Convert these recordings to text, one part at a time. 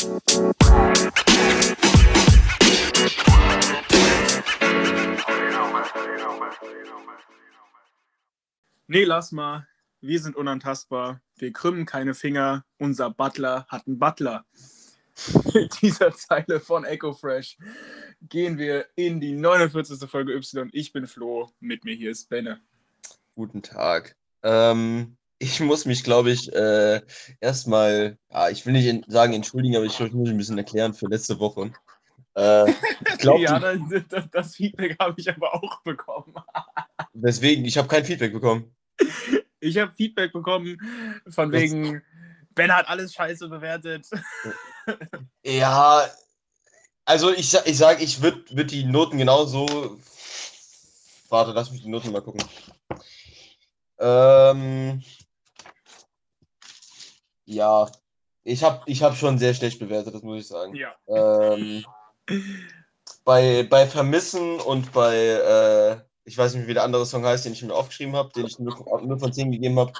Nee, lass mal. Wir sind unantastbar. Wir krümmen keine Finger. Unser Butler hat einen Butler. Mit dieser Zeile von Echo Fresh gehen wir in die 49. Folge Y. Ich bin Flo. Mit mir hier ist Benne. Guten Tag. Ich muss mich, glaube ich, erstmal, ich will nicht sagen entschuldigen, aber ich glaube, ich muss mich ein bisschen erklären für letzte Woche. Ich glaube, Ja, das Feedback habe ich aber auch bekommen. deswegen, ich habe kein Feedback bekommen. Ich habe Feedback bekommen von Das, wegen, Ben hat alles scheiße bewertet. ja, also ich würde die Noten genauso. Warte, lass mich die Noten mal gucken. Ähm, ja, ich hab schon sehr schlecht bewertet, das muss ich sagen. Ja. Bei Vermissen und ich weiß nicht, wie der andere Song heißt, den ich mir aufgeschrieben habe, den ich nur von 10 gegeben habe,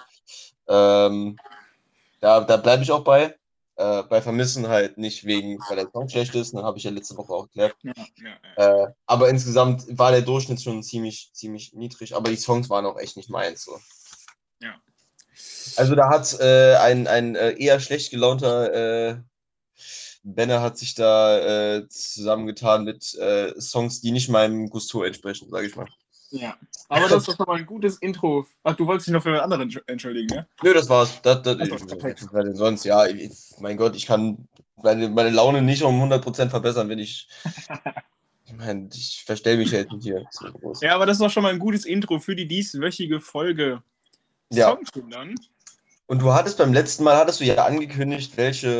da bleibe ich auch bei. Bei Vermissen halt nicht weil der Song schlecht ist, dann habe ich ja letzte Woche auch erklärt. Ja. Aber insgesamt war der Durchschnitt schon ziemlich, ziemlich niedrig, aber die Songs waren auch echt nicht meins. So. Ja. Also da hat ein eher schlecht gelaunter Benner hat sich da zusammengetan mit Songs, die nicht meinem Gusto entsprechen, sage ich mal. Ja. Aber das ist doch schon mal ein gutes Intro. Ach, du wolltest dich noch für andere entschuldigen, ja? Nö, das war's. Achso, perfekt. Was denn sonst? Ja, mein Gott, ich kann meine Laune nicht um 100% verbessern, wenn ich. Ich meine, ich verstell mich jetzt nicht hier so groß. Ja, aber das ist doch schon mal ein gutes Intro für die dieswöchige Folge Ja. Songkindern. Und du hattest beim letzten Mal, hattest du ja angekündigt,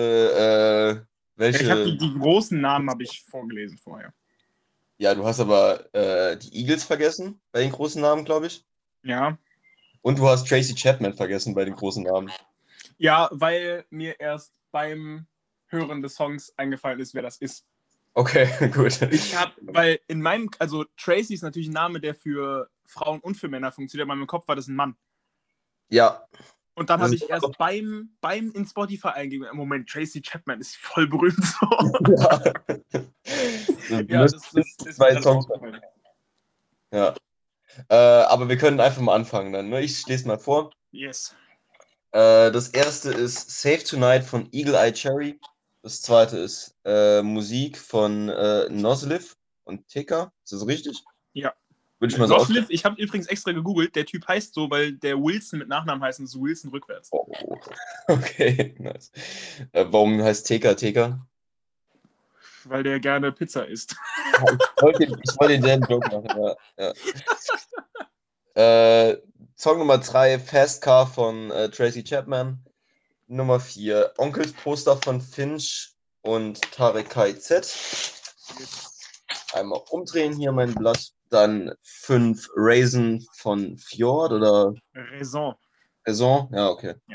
Ich habe welche. die großen Namen habe ich vorgelesen vorher. Ja, du hast aber die Eagles vergessen bei den großen Namen, glaube ich. Ja. Und du hast Tracy Chapman vergessen bei den großen Namen. Ja, weil mir erst beim Hören des Songs eingefallen ist, wer das ist. Okay, gut. Weil also Tracy ist natürlich ein Name, der für Frauen und für Männer funktioniert, aber in meinem Kopf war das ein Mann. Ja. Und dann habe ich erst beim in Spotify eingegeben, Moment, Tracy Chapman ist voll berühmt. So. Ja, das ist zwei Songs. Ja. Aber wir können einfach mal anfangen dann. Ne? Ich lese mal vor. Yes. Das erste ist Save Tonight von Eagle Eye Cherry. Das zweite ist Musik von Nozliff und Tika. Ist das richtig? Ja. Würde ich mal so Nozliff, ich habe übrigens extra gegoogelt, der Typ heißt so, weil der Wilson mit Nachnamen heißt und es ist Wilson rückwärts. Oh, okay, nice. Warum heißt Tika Tika? Weil der gerne Pizza isst. Ich wollte denselben Joke machen, ja. Song Nummer 3, Fast Car von Tracy Chapman. Nummer 4, Onkels Poster von Finch und Tarek KIZ. Einmal umdrehen hier mein Blatt. Dann 5, Raisin von Fjord oder Raison. Raison, ja, okay. Ja.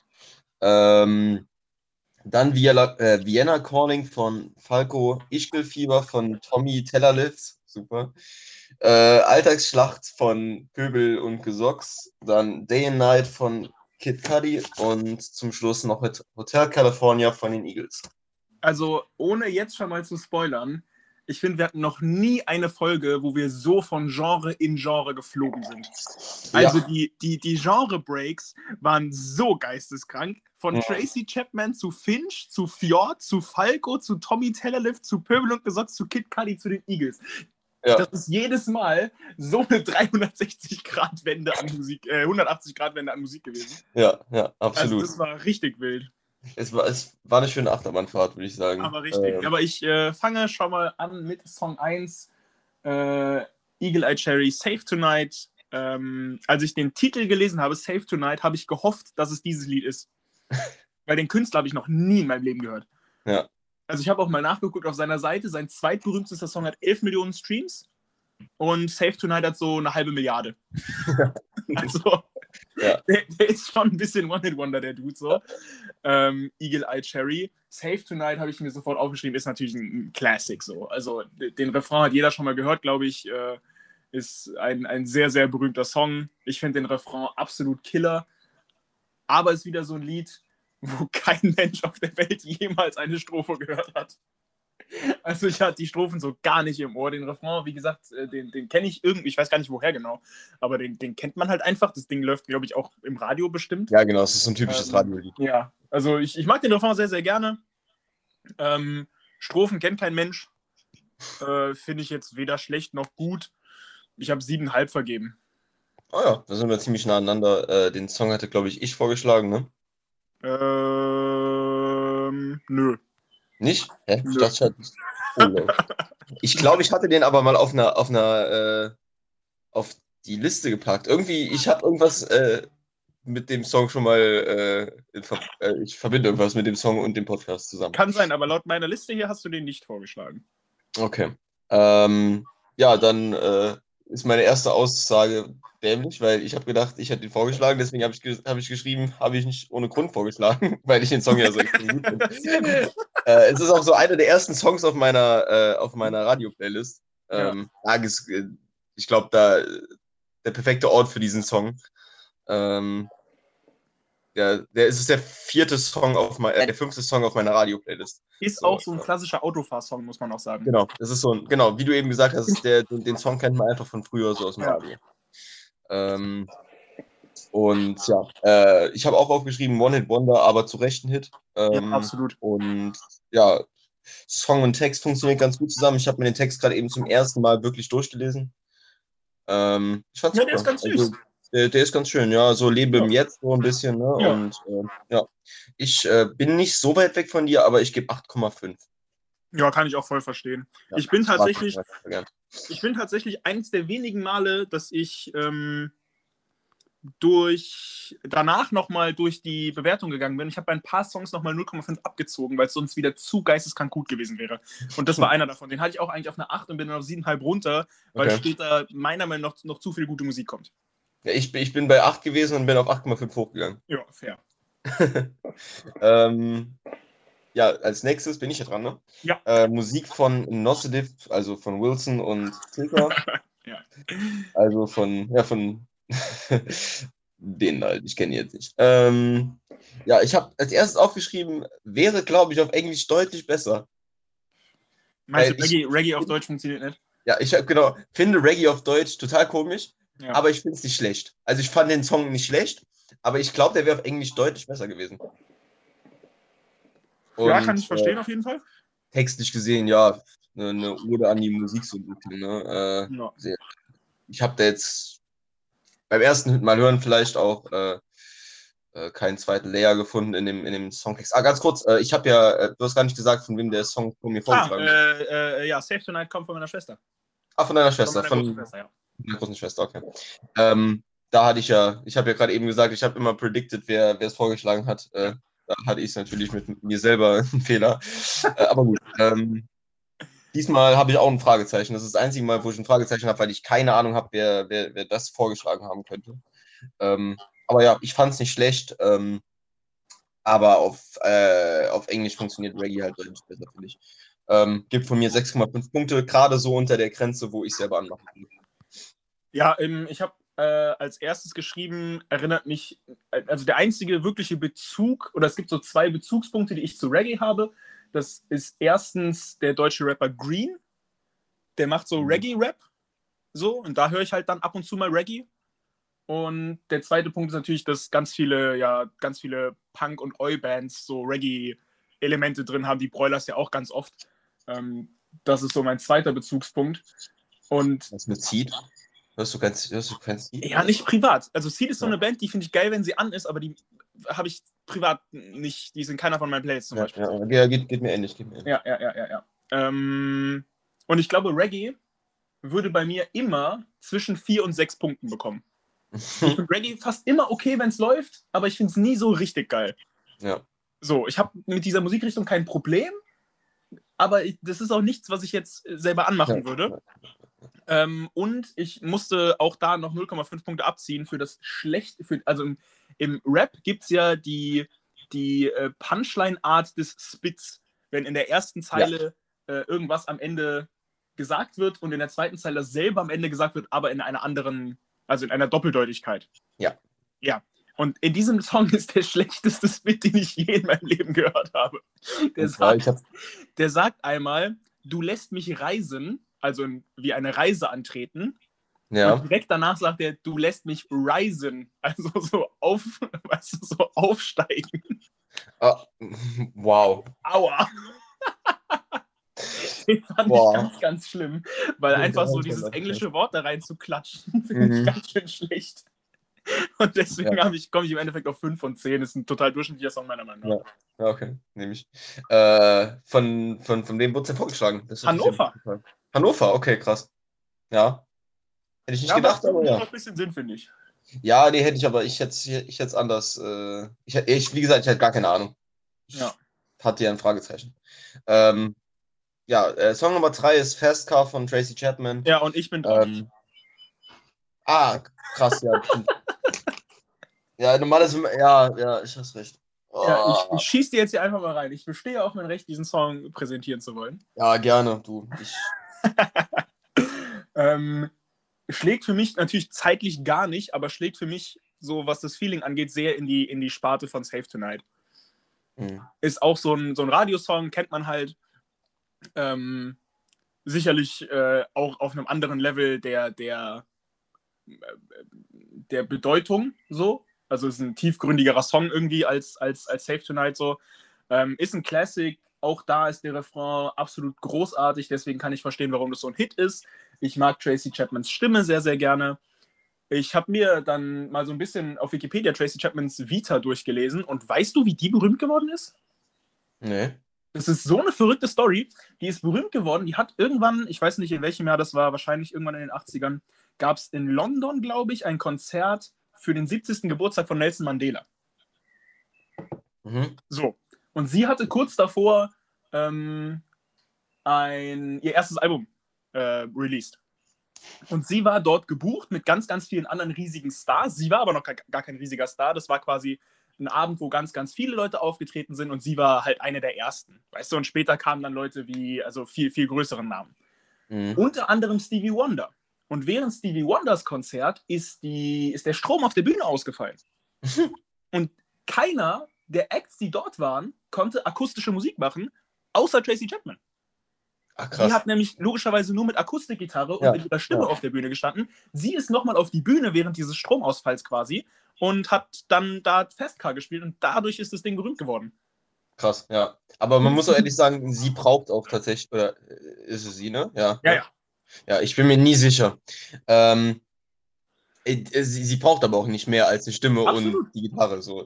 Dann Vienna Calling von Falco, Ischgl-Fieber von Tommy Tellerlitz, super. Alltagsschlacht von Pöbel und Gesocks. Dann Day and Night von Kid Cudi und zum Schluss noch Hotel California von den Eagles. Also, ohne jetzt schon mal zu spoilern, ich finde, wir hatten noch nie eine Folge, wo wir so von Genre in Genre geflogen sind. Also die Genre-Breaks waren so geisteskrank. Von Tracy Chapman zu Finch, zu Fjord, zu Falco, zu Tommy Tellerlift, zu Pöbel und Gesocks, zu Kid Cudi, zu den Eagles. Ja. Das ist jedes Mal so eine 360-Grad-Wende an Musik, 180-Grad-Wende an Musik gewesen. Ja, absolut. Also das war richtig wild. Es war eine schöne Achterbahnfahrt, würde ich sagen. Aber richtig. Aber ich fange schon mal an mit Song 1. Eagle Eye Cherry, Save Tonight. Als ich den Titel gelesen habe, Save Tonight, habe ich gehofft, dass es dieses Lied ist. Weil den Künstler habe ich noch nie in meinem Leben gehört. Ja. Also ich habe auch mal nachgeguckt auf seiner Seite. Sein zweitberühmtester Song hat 11 Millionen Streams. Und Save Tonight hat so eine halbe Milliarde. Also ja. Der ist schon ein bisschen One-Hit-Wonder, der Dude so. Eagle Eye Cherry. Save Tonight habe ich mir sofort aufgeschrieben, ist natürlich ein Classic so. Also den Refrain hat jeder schon mal gehört, glaube ich. Ist ein sehr, sehr berühmter Song. Ich finde den Refrain absolut Killer. Aber ist wieder so ein Lied, wo kein Mensch auf der Welt jemals eine Strophe gehört hat. Also ich hatte die Strophen so gar nicht im Ohr. Den Refrain, wie gesagt, den kenne ich irgendwie, ich weiß gar nicht woher genau, aber den kennt man halt einfach. Das Ding läuft, glaube ich, auch im Radio bestimmt. Ja, genau, es ist so ein typisches Radiolied. Ja, also ich mag den Refrain sehr, sehr gerne. Strophen kennt kein Mensch. Finde ich jetzt weder schlecht noch gut. Ich habe 7,5 vergeben. Oh ja, da sind wir ziemlich nah aneinander. Den Song hatte, glaube ich vorgeschlagen, ne? Nö. Nicht? Hä? Nö. Ich dachte, ich glaube, ich hatte den aber mal auf die Liste gepackt. Irgendwie, ich habe irgendwas mit dem Song schon mal, ich verbinde irgendwas mit dem Song und dem Podcast zusammen. Kann sein, aber laut meiner Liste hier hast du den nicht vorgeschlagen. Okay. Ja, dann ist meine erste Aussage dämlich, weil ich habe gedacht, ich hätte ihn vorgeschlagen, deswegen habe ich geschrieben, habe ich nicht ohne Grund vorgeschlagen, weil ich den Song ja so extrem gut finde. Es ist auch so einer der ersten Songs auf meiner Radio-Playlist. Ja. Ich glaube, der perfekte Ort für diesen Song. Der ist der fünfte Song auf meiner Radio-Playlist. Ist so, auch so ein klassischer Autofahrsong, muss man auch sagen. Genau, das ist so genau, wie du eben gesagt hast, den Song kennt man einfach von früher so aus dem Radio. Und ja, ich habe auch aufgeschrieben One-Hit-Wonder, aber zu Recht ein Hit. Ja, absolut. Und ja, Song und Text funktioniert ganz gut zusammen. Ich habe mir den Text gerade eben zum ersten Mal wirklich durchgelesen. Ich fand's ja, der ist ganz süß. Also, der ist ganz schön, ja. So lebe im Jetzt so ein bisschen, ne? Ja. Und ja, ich bin nicht so weit weg von dir, aber ich gebe 8,5. Ja, kann ich auch voll verstehen. Ja, ich bin tatsächlich eines der wenigen Male, dass ich danach nochmal durch die Bewertung gegangen bin. Ich habe bei ein paar Songs nochmal 0,5 abgezogen, weil es sonst wieder zu geisteskrank gut gewesen wäre. Und das war einer davon. Den hatte ich auch eigentlich auf eine 8 und bin dann auf 7,5 runter, weil später meiner Meinung nach noch zu viel gute Musik kommt. Ja, ich bin bei 8 gewesen und bin auf 8,5 hochgegangen. Ja, fair. Ja, als nächstes bin ich ja dran, ne? Ja. Musik von Nosidiv, also von Wilson und Tilker. Ja. Also von den halt, ich kenne die jetzt nicht. Ja, ich habe als erstes aufgeschrieben, wäre, glaube ich, auf Englisch deutlich besser. Meinst du, Reggae auf Deutsch funktioniert nicht? Ja, finde Reggae auf Deutsch total komisch, ja. Aber ich finde es nicht schlecht. Also ich fand den Song nicht schlecht, aber ich glaube, der wäre auf Englisch deutlich besser gewesen. Und, ja, kann ich verstehen auf jeden Fall. Textlich gesehen, ja, eine Ode an die Musik so ein bisschen. Ne? Ja. Ich habe da jetzt beim ersten Mal hören vielleicht auch keinen zweiten Layer gefunden in dem Songtext. Ganz kurz, ich habe ja, du hast gar nicht gesagt, von wem der Song von mir vorgeschlagen ist. Ja, Save Tonight kommt von meiner Schwester. Von deiner Schwester. Von meiner großen Schwester, ja. Meiner großen Schwester, okay. Da hatte ich habe ja gerade eben gesagt, ich habe immer predicted, wer es vorgeschlagen hat. Da hatte ich es natürlich mit mir selber einen Fehler. Aber gut. Diesmal habe ich auch ein Fragezeichen. Das ist das einzige Mal, wo ich ein Fragezeichen habe, weil ich keine Ahnung habe, wer das vorgeschlagen haben könnte. Aber ja, ich fand es nicht schlecht. Aber auf Englisch funktioniert Reggae halt deutlich besser, finde ich. Gibt von mir 6,5 Punkte, gerade so unter der Grenze, wo ich selber anmachen kann. Ja, ich habe als erstes geschrieben, erinnert mich, also der einzige wirkliche Bezug, oder es gibt so 2 Bezugspunkte, die ich zu Reggae habe. Das ist erstens der deutsche Rapper Green, der macht so Reggae-Rap, so, und da höre ich halt dann ab und zu mal Reggae. Und der zweite Punkt ist natürlich, dass ganz viele Punk- und Oi-Bands so Reggae-Elemente drin haben, die Broilers ja auch ganz oft. Das ist so mein zweiter Bezugspunkt. Und was mit Seed? Hörst du kein Seed? Ja, nicht privat. Also Seed ist so eine Band, die finde ich geil, wenn sie an ist, aber die habe ich privat nicht. Die sind keiner von meinen Playlists zum Beispiel. Ja, geht mir ähnlich. Ja. Und ich glaube, Reggae würde bei mir immer zwischen 4 und 6 Punkten bekommen. Ich finde Reggae fast immer okay, wenn es läuft, aber ich finde es nie so richtig geil. Ja. So, ich habe mit dieser Musikrichtung kein Problem, aber das ist auch nichts, was ich jetzt selber anmachen würde. Und ich musste auch da noch 0,5 Punkte abziehen für das schlechte, also im Rap gibt es ja die Punchline-Art des Spits, wenn in der ersten Zeile irgendwas am Ende gesagt wird und in der zweiten Zeile dasselbe am Ende gesagt wird, aber in einer anderen, also in einer Doppeldeutigkeit. Ja. Ja. Und in diesem Song ist der schlechteste Spit, den ich je in meinem Leben gehört habe. Der sagt einmal, du lässt mich reisen, also wie eine Reise antreten. Ja. Und direkt danach sagt er, du lässt mich risen, also so so aufsteigen. Wow. Aua. Den fand ich ganz, ganz schlimm, weil einfach so dieses englische Wort da rein zu klatschen, finde ich ganz schön schlecht. Und deswegen komme ich im Endeffekt auf 5 von 10. Ist ein total durchschnittlicher Song, meiner Meinung nach. Ja, okay, nehme ich. Von wem wurde es denn vorgeschlagen? Hannover. Hannover, okay, krass. Ja. Hätte ich nicht gedacht, aber ja. Macht ein bisschen Sinn, finde ich. Ja, nee, hätte ich, aber ich hätte es anders. Wie gesagt, ich hatte gar keine Ahnung. Ich hatte ja ein Fragezeichen. Song Nummer 3 ist Fast Car von Tracy Chapman. Ja, und ich bin dran. Krass, ja. Ja, normalerweise, ja, ich hast recht. Ja, ich schieße dir jetzt hier einfach mal rein. Ich bestehe auf mein Recht, diesen Song präsentieren zu wollen. Ja, gerne, du. Schlägt für mich natürlich zeitlich gar nicht, aber schlägt für mich, so was das Feeling angeht, sehr in die Sparte von Save Tonight. Ist auch so ein Radiosong, kennt man halt. Sicherlich auch auf einem anderen Level der Bedeutung so. Also ist ein tiefgründigerer Song irgendwie als Save Tonight so. Ist ein Classic. Auch da ist der Refrain absolut großartig. Deswegen kann ich verstehen, warum das so ein Hit ist. Ich mag Tracy Chapmans Stimme sehr, sehr gerne. Ich habe mir dann mal so ein bisschen auf Wikipedia Tracy Chapmans Vita durchgelesen. Und weißt du, wie die berühmt geworden ist? Nee. Das ist so eine verrückte Story. Die ist berühmt geworden. Die hat irgendwann, ich weiß nicht in welchem Jahr das war, wahrscheinlich irgendwann in den 80ern, gab es in London, glaube ich, ein Konzert für den 70. Geburtstag von Nelson Mandela. So. Und sie hatte kurz davor ihr erstes Album released. Und sie war dort gebucht mit ganz, ganz vielen anderen riesigen Stars. Sie war aber noch gar kein riesiger Star. Das war quasi ein Abend, wo ganz, ganz viele Leute aufgetreten sind und sie war halt eine der ersten. Weißt du, und später kamen dann Leute wie, also viel, viel größeren Namen. Unter anderem Stevie Wonder. Und während Stevie Wonders Konzert ist der Strom auf der Bühne ausgefallen. Und keiner der Acts, die dort waren, konnte akustische Musik machen, außer Tracy Chapman. Krass. Die hat nämlich logischerweise nur mit Akustikgitarre und mit ihrer Stimme auf der Bühne gestanden. Sie ist nochmal auf die Bühne während dieses Stromausfalls quasi und hat dann da Fastcar gespielt und dadurch ist das Ding berühmt geworden. Krass, ja. Aber man muss auch ehrlich sagen, sie braucht auch tatsächlich, oder ist es sie, ne? Ja. Ja, ich bin mir nie sicher. Sie braucht aber auch nicht mehr als die Stimme und die Gitarre. So.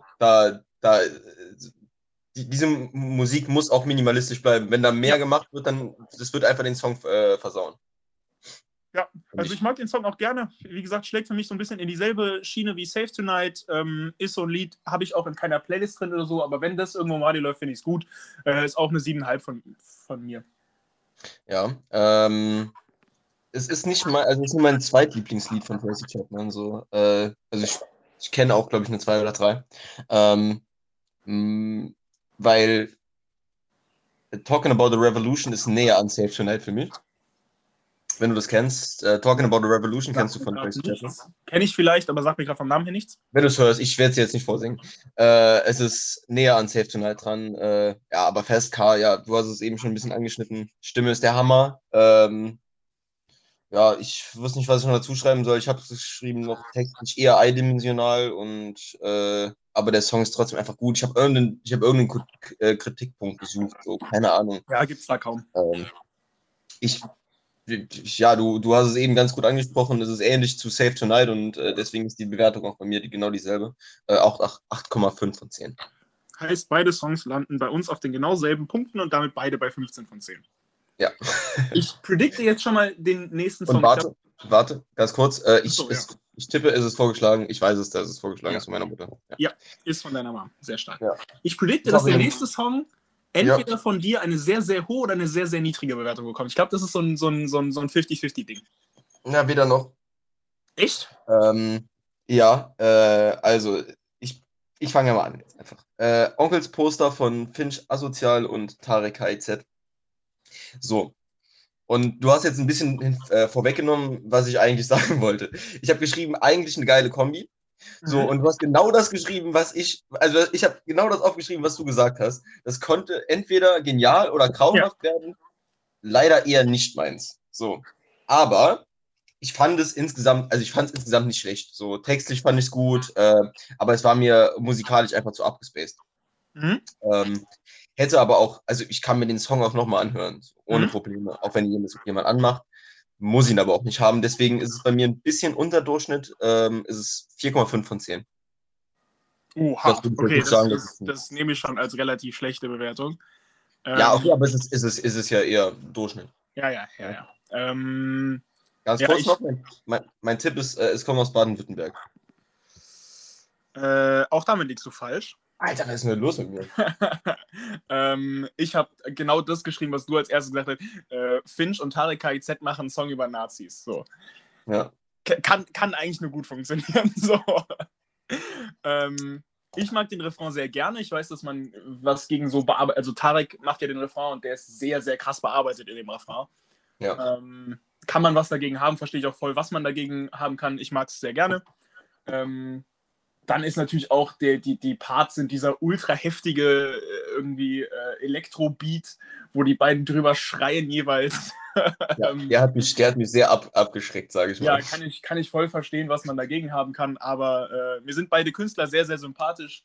Diese Musik muss auch minimalistisch bleiben. Wenn da mehr gemacht wird, dann das wird einfach den Song versauen. Ja, also ich mag den Song auch gerne. Wie gesagt, schlägt für mich so ein bisschen in dieselbe Schiene wie Save Tonight. Ist so ein Lied, habe ich auch in keiner Playlist drin oder so, aber wenn das irgendwo mal läuft, finde ich es gut. Ist auch eine 7,5 von mir. Ja, es ist nicht mein zweitlieblingslied von Tracy Chapman. So. Also ich kenne auch, glaube ich, eine 2 oder 3. Weil Talking About the Revolution ist näher an Save Tonight für mich. Wenn du das kennst. Talking About the Revolution kennst du von Tracy Chapman. Kenne ich vielleicht, aber sag mir gerade vom Namen her nichts. Wenn du es hörst, ich werde es jetzt nicht vorsingen. Es ist näher an Save Tonight dran. Aber Fast Car, ja, du hast es eben schon ein bisschen angeschnitten. Stimme ist der Hammer. Ich wusste nicht, was ich noch dazu schreiben soll. Ich habe es geschrieben, noch textlich eher eindimensional aber der Song ist trotzdem einfach gut. Ich habe irgendeinen Kritikpunkt gesucht, so, keine Ahnung. Ja, gibt's da kaum. Du hast es eben ganz gut angesprochen. Es ist ähnlich zu Save Tonight und deswegen ist die Bewertung auch bei mir genau dieselbe. Auch 8,5 von 10. Heißt, beide Songs landen bei uns auf den genau selben Punkten und damit beide bei 15 von 10. Ja. Ich predikte jetzt schon mal den nächsten Song. Und warte, ganz kurz. Ich tippe, es ist vorgeschlagen. Ich weiß es, dass es vorgeschlagen ist von meiner Mutter. Ja, ist von deiner Mom. Sehr stark. Ja. Ich predikte, dass der nächste Song entweder von dir eine sehr, sehr hohe oder eine sehr, sehr niedrige Bewertung bekommt. Ich glaube, das ist so ein 50-50-Ding. Na, weder noch. Echt? Also ich fange ja mal an jetzt einfach. Onkels Poster von Finch Asozial und Tarek KIZ. So. Und du hast jetzt ein bisschen vorweggenommen, was ich eigentlich sagen wollte. Ich habe geschrieben, eigentlich eine geile Kombi. So, Mhm. und du hast genau das geschrieben, also ich habe genau das aufgeschrieben, was du gesagt hast. Das konnte entweder genial oder Ja. grauenhaft werden. Leider eher nicht meins. So. Aber ich fand es insgesamt nicht schlecht. So, textlich fand ich es gut, aber es war mir musikalisch einfach zu abgespaced. Mhm. Ähm, hätte aber auch, also ich kann mir den Song auch nochmal anhören, so, ohne Mhm. Probleme, auch wenn jemand anmacht. Muss ihn aber auch nicht haben. Deswegen ist es bei mir ein bisschen unter Durchschnitt. Ist es 4,5 von 10. Das Hart. würde ich jetzt Okay, nicht sagen. Das ist, das nehme ich schon als relativ schlechte Bewertung. ja, okay, Ähm, aber es ist ja eher Durchschnitt. ja, Ja. ja. Ganz Ja, kurz noch, mein Tipp ist, es kommt aus Baden-Württemberg. auch damit liegst du falsch. Alter, was ist denn los mit mir? Ich habe genau das geschrieben, was du als erstes gesagt hast. Finch und Tarek KIZ machen einen Song über Nazis. So. Ja. Kann eigentlich nur gut funktionieren. So. Ich mag den Refrain sehr gerne. Ich weiß, dass man was gegen so bearbeitet. Also Tarek macht ja den Refrain und der ist sehr, sehr krass bearbeitet in dem Refrain. Ja. Kann man was dagegen haben, verstehe ich auch voll, was man dagegen haben kann. Ich mag es sehr gerne. Dann ist natürlich auch die Parts sind dieser ultra heftige irgendwie Elektro-Beat, wo die beiden drüber schreien jeweils. Ja, der hat mich sehr abgeschreckt, sage ich mal. Ja, kann ich voll verstehen, was man dagegen haben kann, aber mir sind beide Künstler sehr, sehr sympathisch.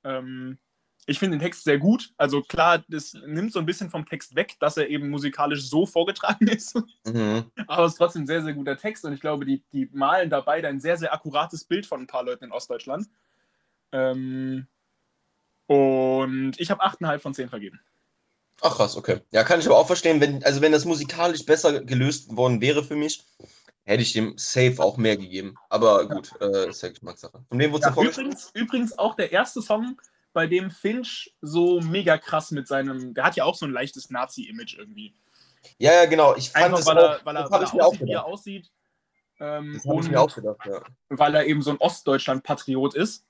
Ich finde den Text sehr gut. Also klar, das nimmt so ein bisschen vom Text weg, dass er eben musikalisch so vorgetragen ist. Mhm. Aber es ist trotzdem ein sehr, sehr guter Text und ich glaube, die malen da beide ein sehr, sehr akkurates Bild von ein paar Leuten in Ostdeutschland. Ähm, und ich habe 8,5 von 10 vergeben. Ach krass, okay. Ja, kann ich aber auch verstehen, wenn das musikalisch besser gelöst worden wäre für mich, hätte ich dem Safe auch mehr gegeben. Aber gut, ist ja Geschmackssache. Von wem wurde es Ja, denn vorgeschlagen? übrigens auch der erste Song, bei dem Finch so mega krass mit seinem, der hat ja auch so ein leichtes Nazi-Image irgendwie. Ja, ja, genau. Ich fand Einfach es auch, das weil habe er ich mir auch aussieht, wie er gedacht. aussieht Das habe ich mir auch und gedacht, ja. weil er eben so ein Ostdeutschland-Patriot ist.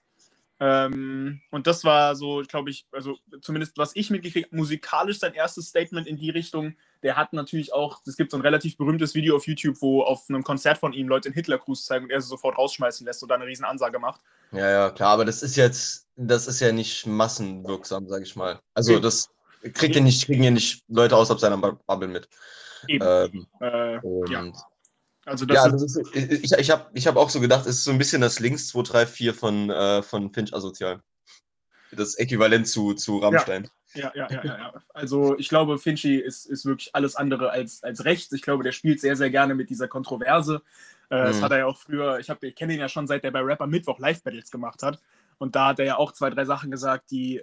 Und das war so, glaube ich, also zumindest was ich mitgekriegt habe, musikalisch sein erstes Statement in die Richtung. Der hat natürlich auch, es gibt so ein relativ berühmtes Video auf YouTube, wo auf einem Konzert von ihm Leute den Hitlergruß zeigen und er sie sofort rausschmeißen lässt und da eine riesen Ansage macht. Ja, ja, klar, aber das ist ja nicht massenwirksam, sage ich mal. Also Eben, das kriegen ja nicht Leute außerhalb seiner Bubble mit. eben. Ähm, Ja, und also das ja, ist, ich hab auch so gedacht, es ist so ein bisschen das Links 2, 3, 4 von Finch Asozial. Das Äquivalent zu ja, Rammstein. ja. Also ich glaube, Finchi ist wirklich alles andere als rechts. Ich glaube, der spielt sehr, sehr gerne mit dieser Kontroverse. Das hat Mhm. er ja auch früher, ich kenne ihn ja schon, seit er bei Rapper Mittwoch Live-Battles gemacht hat. Und da hat er ja auch 2, 3 Sachen gesagt, die,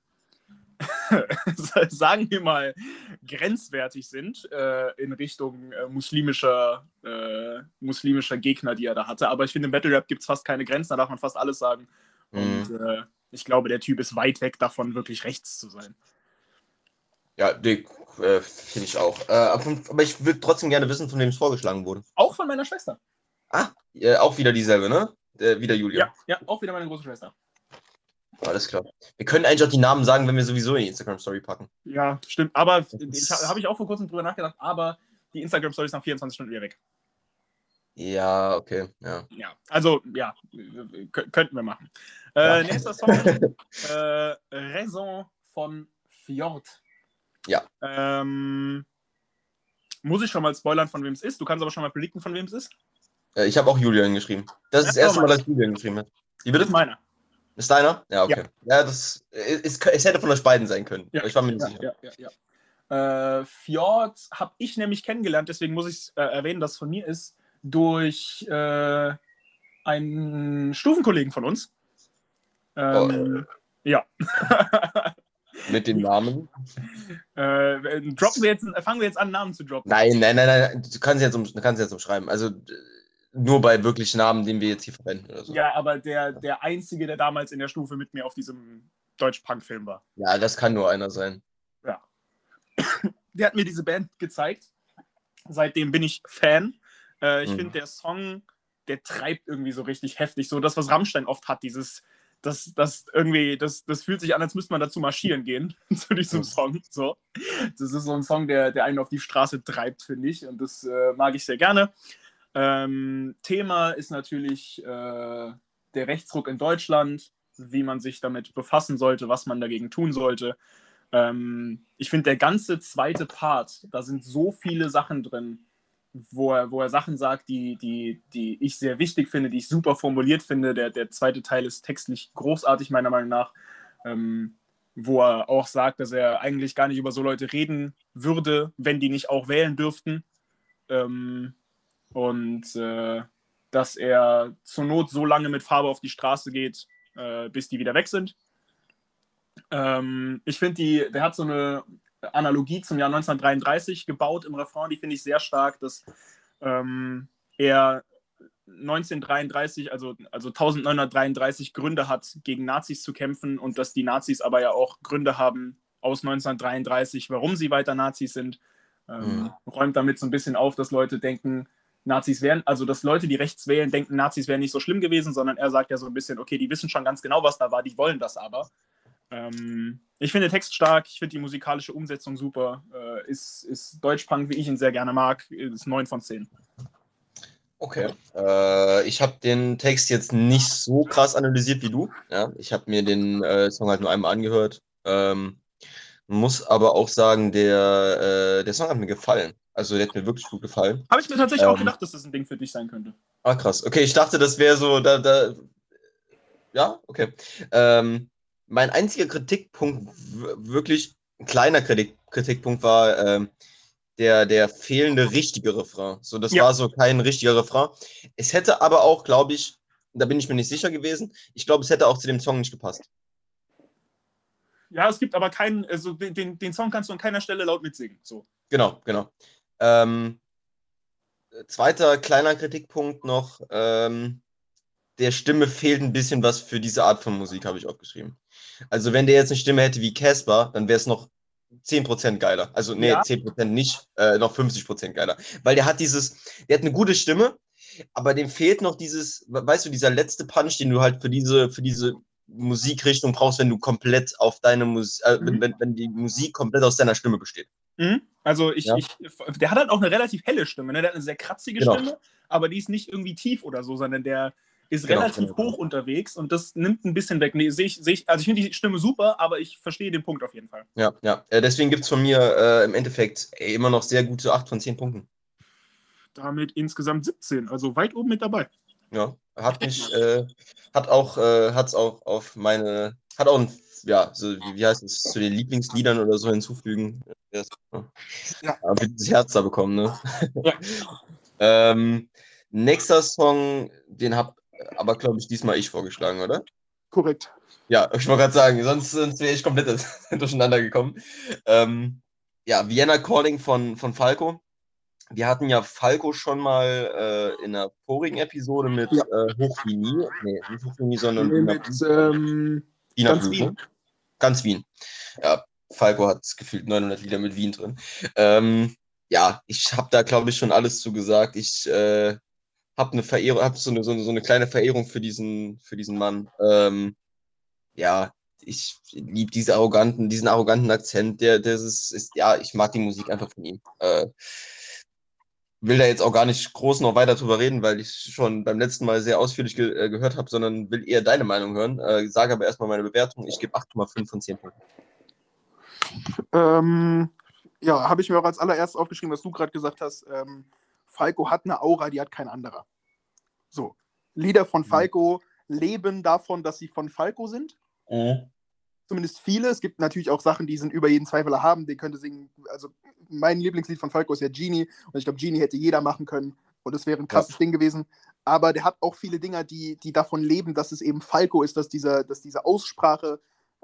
sagen wir mal, grenzwertig sind in Richtung muslimischer Gegner, die er da hatte. Aber ich finde, im Battle Rap gibt es fast keine Grenzen, da darf man fast alles sagen. Und Mhm. ich glaube, der Typ ist weit weg davon, wirklich rechts zu sein. Ja, finde ich auch. Aber ich würde trotzdem gerne wissen, von wem es vorgeschlagen wurde. Auch von meiner Schwester. Ah, auch wieder dieselbe, ne? Wieder Julia. Ja, auch wieder meine große Schwester. Alles klar. Wir können eigentlich auch die Namen sagen, wenn wir sowieso in die Instagram-Story packen. Ja, stimmt. Aber habe Das ich auch vor kurzem drüber nachgedacht, aber die Instagram-Story ist nach 24 Stunden wieder weg. Ja, okay, ja. Ja, also ja, könnten wir machen. Ja. Nächster Song, Raison von Fjord. Ja. Muss ich schon mal spoilern, von wem es ist? Du kannst aber schon mal predikten, von wem es ist. Ich habe auch Julian geschrieben. Das ist Ja, das erste Mal, meiner. dass ich Julian geschrieben habe. Wie Ist bitte? meiner. Ist deiner? Ja, Ja. okay. Ja, es hätte von euch beiden sein können. Ja, Aber ich war mir nicht sicher. Fjord habe ich nämlich kennengelernt, deswegen muss ich erwähnen, dass es von mir ist, durch einen Stufenkollegen von uns. Ja. Mit dem Namen? Fangen wir jetzt an, Namen zu droppen. Nein. Du kannst jetzt umschreiben. Also nur bei wirklich Namen, den wir jetzt hier verwenden oder so. Ja, aber der Einzige, der damals in der Stufe mit mir auf diesem Deutsch-Punk-Film war. Ja, das kann nur einer sein. Ja. Der hat mir diese Band gezeigt. Seitdem bin ich Fan. Ich finde, der Song, der treibt irgendwie so richtig heftig. So das, was Rammstein oft hat, das fühlt sich an, als müsste man dazu marschieren gehen, zu diesem Song. So. Das ist so ein Song, der einen auf die Straße treibt, finde ich. Und das mag ich sehr gerne. Thema ist natürlich der der Rechtsruck in Deutschland, wie man sich damit befassen sollte, was man dagegen tun sollte. Ich finde, der ganze zweite Part, da sind so viele Sachen drin, wo er Sachen sagt, die ich sehr wichtig finde, die ich super formuliert finde. Der zweite Teil ist textlich großartig, meiner Meinung nach, wo er auch sagt, dass er eigentlich gar nicht über so Leute reden würde, wenn die nicht auch wählen dürften. Dass er zur Not so lange mit Farbe auf die Straße geht, bis die wieder weg sind. Ich finde, der hat so eine Analogie zum Jahr 1933 gebaut im Refrain, die finde ich sehr stark, dass er 1933, also 1933 Gründe hat, gegen Nazis zu kämpfen und dass die Nazis aber ja auch Gründe haben aus 1933, warum sie weiter Nazis sind. Räumt damit so ein bisschen auf, dass Leute denken, Nazis wären, also dass Leute, die rechts wählen, denken, Nazis wären nicht so schlimm gewesen, sondern er sagt ja so ein bisschen, okay, die wissen schon ganz genau, was da war, die wollen das aber. Ich finde den Text stark, ich finde die musikalische Umsetzung super, ist Deutschpunk, wie ich ihn sehr gerne mag, ist 9 von 10. Okay. Ich habe den Text jetzt nicht so krass analysiert wie du. Ja? Ich habe mir den Song halt nur einmal angehört. Muss aber auch sagen, der Song hat mir gefallen. Also der hat mir wirklich gut gefallen. Habe ich mir tatsächlich auch gedacht, dass das ein Ding für dich sein könnte. Ah, krass. Okay, ich dachte, das wäre so, ja, okay. Mein einziger Kritikpunkt, wirklich ein kleiner Kritikpunkt war der fehlende richtige Refrain. So, das war so kein richtiger Refrain. Es hätte aber auch, glaube ich, da bin ich mir nicht sicher gewesen, ich glaube, es hätte auch zu dem Song nicht gepasst. Ja, es gibt aber keinen, also den Song kannst du an keiner Stelle laut mitsingen. So. Genau. Zweiter kleiner Kritikpunkt noch, der Stimme fehlt ein bisschen was für diese Art von Musik, habe ich aufgeschrieben. Also wenn der jetzt eine Stimme hätte wie Casper, dann wäre es noch 10% geiler. Also nee, ja. 10% nicht, noch 50% geiler. Weil der hat eine gute Stimme, aber dem fehlt noch weißt du, dieser letzte Punch, den du halt für diese Musikrichtung brauchst, wenn du komplett auf deine Musik, wenn die Musik komplett aus deiner Stimme besteht. Also der hat halt auch eine relativ helle Stimme, ne? Der hat eine sehr kratzige Stimme, aber die ist nicht irgendwie tief oder so, sondern der ist relativ hoch unterwegs und das nimmt ein bisschen weg. Nee, also ich finde die Stimme super, aber ich verstehe den Punkt auf jeden Fall. Ja. Deswegen gibt es von mir im Endeffekt immer noch sehr gute 8 von 10 Punkten. Damit insgesamt 17, also weit oben mit dabei. Ja, hat auch auf meine, hat auch ein, ja, so, wie heißt es, zu den Lieblingsliedern oder so hinzufügen. Ja. Wird das Herz da bekommen, ne? Ja. Nächster Song, den habe aber, glaube ich, diesmal ich vorgeschlagen, oder? Korrekt. Ja, ich wollte gerade sagen, sonst wäre ich komplett durcheinander gekommen. Vienna Calling von Falco. Wir hatten ja Falco schon mal in einer vorigen Episode mit Hoch wie nie. Nee, nicht Hoch wie nie, sondern Wiener Blut. Ganz Wien. Ja, Falco hat gefühlt 900 Lieder mit Wien drin. Ich habe da, glaube ich, schon alles zu gesagt. Ich habe eine Verehrung, habe so eine kleine Verehrung für diesen Mann. Ich liebe diesen arroganten Akzent. Ich mag die Musik einfach von ihm. Will da jetzt auch gar nicht groß noch weiter drüber reden, weil ich schon beim letzten Mal sehr ausführlich gehört habe, sondern will eher deine Meinung hören. Sage aber erstmal meine Bewertung. Ich gebe 8,5 von 10 Punkten. Habe ich mir auch als allererstes aufgeschrieben, was du gerade gesagt hast. Falco hat eine Aura, die hat kein anderer. So, Lieder von Falco leben davon, dass sie von Falco sind. Zumindest viele. Es gibt natürlich auch Sachen, die sind über jeden Zweifel erhaben. Den könnte singen, also mein Lieblingslied von Falco ist ja Genie und ich glaube, Genie hätte jeder machen können und das wäre ein krasses Ding gewesen. Aber der hat auch viele Dinger, die davon leben, dass es eben Falco ist, dass diese Aussprache,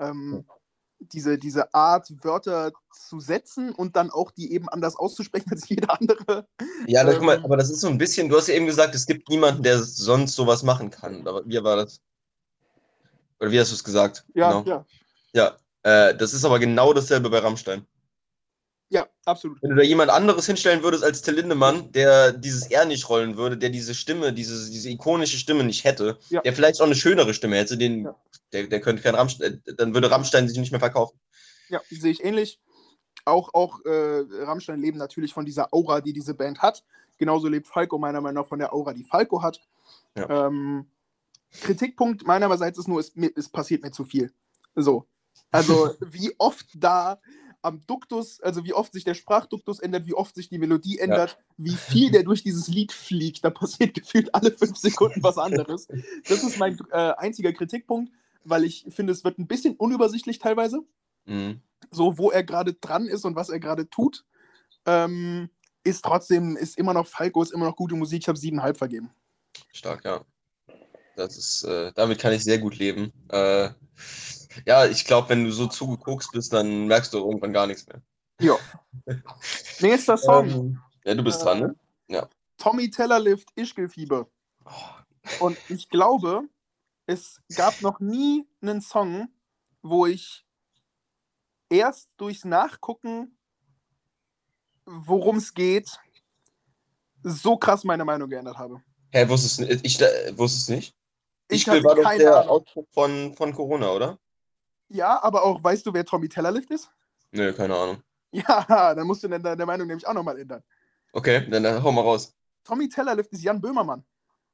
diese Art, Wörter zu setzen und dann auch die eben anders auszusprechen als jeder andere. Ja, guck mal, aber das ist so ein bisschen, du hast ja eben gesagt, es gibt niemanden, der sonst sowas machen kann. Aber wie war das? Oder wie hast du es gesagt? Ja, genau. Ja, das ist aber genau dasselbe bei Rammstein. Ja, absolut. Wenn du da jemand anderes hinstellen würdest als Till Lindemann, der dieses R nicht rollen würde, der diese Stimme, diese ikonische Stimme nicht hätte, der vielleicht auch eine schönere Stimme hätte, der könnte kein Rammstein, dann würde Rammstein sich nicht mehr verkaufen. Ja, sehe ich ähnlich. Auch Rammstein leben natürlich von dieser Aura, die diese Band hat. Genauso lebt Falco meiner Meinung nach von der Aura, die Falco hat. Ja. Kritikpunkt meinerseits ist nur, es passiert mir zu viel. So. Also, wie oft da am Duktus, also wie oft sich der Sprachduktus ändert, wie oft sich die Melodie ändert, wie viel der durch dieses Lied fliegt. Da passiert gefühlt alle 5 Sekunden was anderes. Das ist mein einziger Kritikpunkt, weil ich finde, es wird ein bisschen unübersichtlich teilweise. So, wo er gerade dran ist und was er gerade tut. Ist immer noch Falco, ist immer noch gute Musik. Ich habe 7,5 vergeben. Stark, ja. Das ist, damit kann ich sehr gut leben. Ja, ich glaube, wenn du so zugeguckt bist, dann merkst du irgendwann gar nichts mehr. Ja. Nächster Song. Ja, du bist dran, ne? Ja. Tommy Tellerlift, Ischgelfieber. Und ich glaube, es gab noch nie einen Song, wo ich erst durchs Nachgucken, worum es geht, so krass meine Meinung geändert habe. Hä, wusstest du nicht? Ich wusste es nicht. Ich war doch keine der Ahnung. Ausdruck von Corona, oder? Ja, aber auch, weißt du, wer Tommy Tellerlift ist? Nö, keine Ahnung. Ja, dann musst du deine Meinung nämlich auch nochmal ändern. Okay, dann hau mal raus. Tommy Tellerlift ist Jan Böhmermann.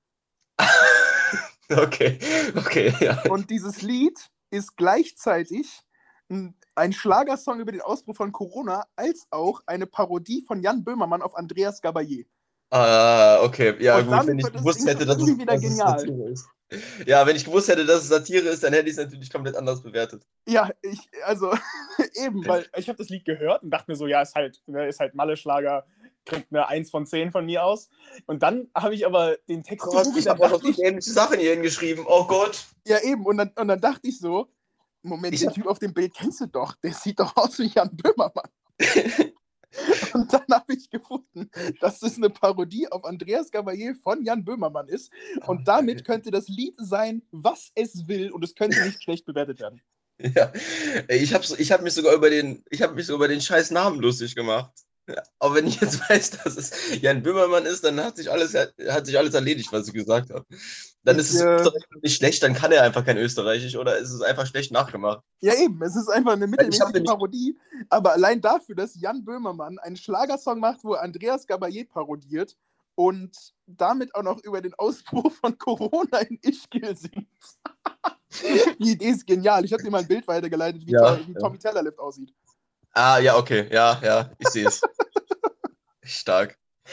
Okay, ja. Und dieses Lied ist gleichzeitig ein Schlagersong über den Ausbruch von Corona, als auch eine Parodie von Jan Böhmermann auf Andreas Gabayé. Okay. Ja, und gut, wenn ich gewusst hätte, dass es Satire ist. Ja, wenn ich gewusst hätte, dass es Satire ist, dann hätte ich es natürlich komplett anders bewertet. Ja, eben, weil ich habe das Lied gehört und dachte mir so, ja, ist halt Malle-Schlager, kriegt eine 1 von 10 von mir aus. Und dann habe ich aber den Text gegoogelt, ich habe auch noch so ähnliche Sachen hier hingeschrieben. Oh Gott. Ja, eben. Und dann dachte ich so, Moment, den Typ auf dem Bild kennst du doch. Der sieht doch aus wie Jan Böhmermann. Und dann habe ich gefunden, dass es eine Parodie auf Andreas Gabayé von Jan Böhmermann ist. Und damit könnte das Lied sein, was es will. Und es könnte nicht schlecht bewertet werden. Ja, ich hab mich sogar über den scheiß Namen lustig gemacht. Aber wenn ich jetzt weiß, dass es Jan Böhmermann ist, dann hat sich alles erledigt, was ich gesagt habe. Dann ist es Österreich nicht schlecht, dann kann er einfach kein Österreichisch oder ist es einfach schlecht nachgemacht. Ja, eben, es ist einfach eine mittelmäßige Parodie, aber allein dafür, dass Jan Böhmermann einen Schlagersong macht, wo er Andreas Gabayé parodiert und damit auch noch über den Ausbruch von Corona in Ischgl singt. Die Idee ist genial. Ich habe dir mal ein Bild weitergeleitet, wie Tommy Tellerlift aussieht. Ja, okay. Ja, ich sehe es. Stark.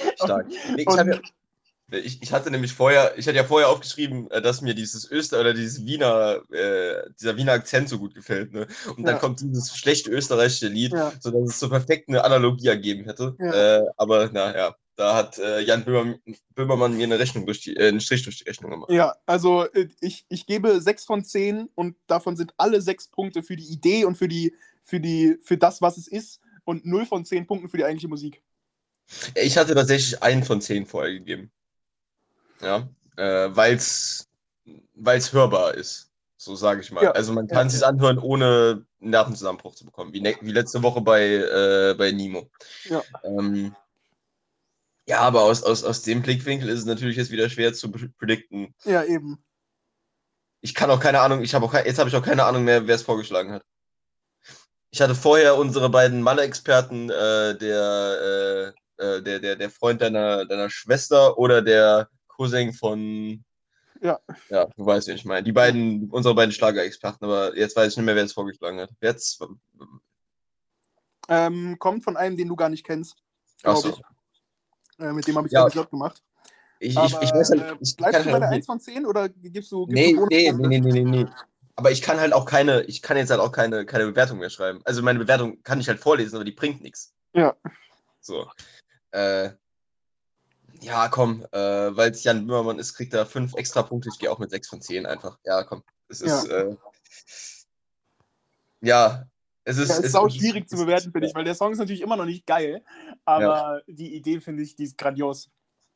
Ich hatte ja vorher aufgeschrieben, dass mir dieser Wiener Akzent so gut gefällt, ne? Und dann kommt dieses schlechte österreichische Lied, sodass es so perfekt eine Analogie ergeben hätte. Aber naja, da hat Jan Böhmermann mir einen Strich durch die Rechnung gemacht. Ja, also ich gebe 6 von 10 und davon sind alle 6 Punkte für die Idee und für das, was es ist, und 0 von 10 Punkten für die eigentliche Musik. Ich hatte tatsächlich 1 von 10 vorher gegeben. Ja, weil es hörbar ist, so sage ich mal. Ja, also man kann es sich anhören, ohne einen Nervenzusammenbruch zu bekommen, wie letzte Woche bei Nemo. Ja. Ja, aber aus dem Blickwinkel ist es natürlich jetzt wieder schwer zu predikten. Ja, eben. Ich kann auch keine Ahnung, jetzt habe ich auch keine Ahnung mehr, wer es vorgeschlagen hat. Ich hatte vorher unsere beiden Malle-Experten, der Freund deiner Schwester oder der Cousin von. Ja, du weißt, wen ich meine. Unsere beiden Schlagerexperten, aber jetzt weiß ich nicht mehr, wer es vorgeschlagen hat. Kommt von einem, den du gar nicht kennst, glaube ich. Mit dem habe ich ja Job gemacht. Ich weiß halt, bleibst du bei der 1 von 10 oder gibst du Nee. Aber ich kann jetzt halt auch keine Bewertung mehr schreiben. Also meine Bewertung kann ich halt vorlesen, aber die bringt nichts. Ja. So. Ja, komm, weil es Jan Böhmermann ist, kriegt er 5 extra Punkte. Ich gehe auch mit 6 von 10 einfach. Ja, komm. Es ist, es ist sau schwierig zu bewerten, finde ich, weil der Song ist natürlich immer noch nicht geil, aber die Idee, finde ich, die ist grandios.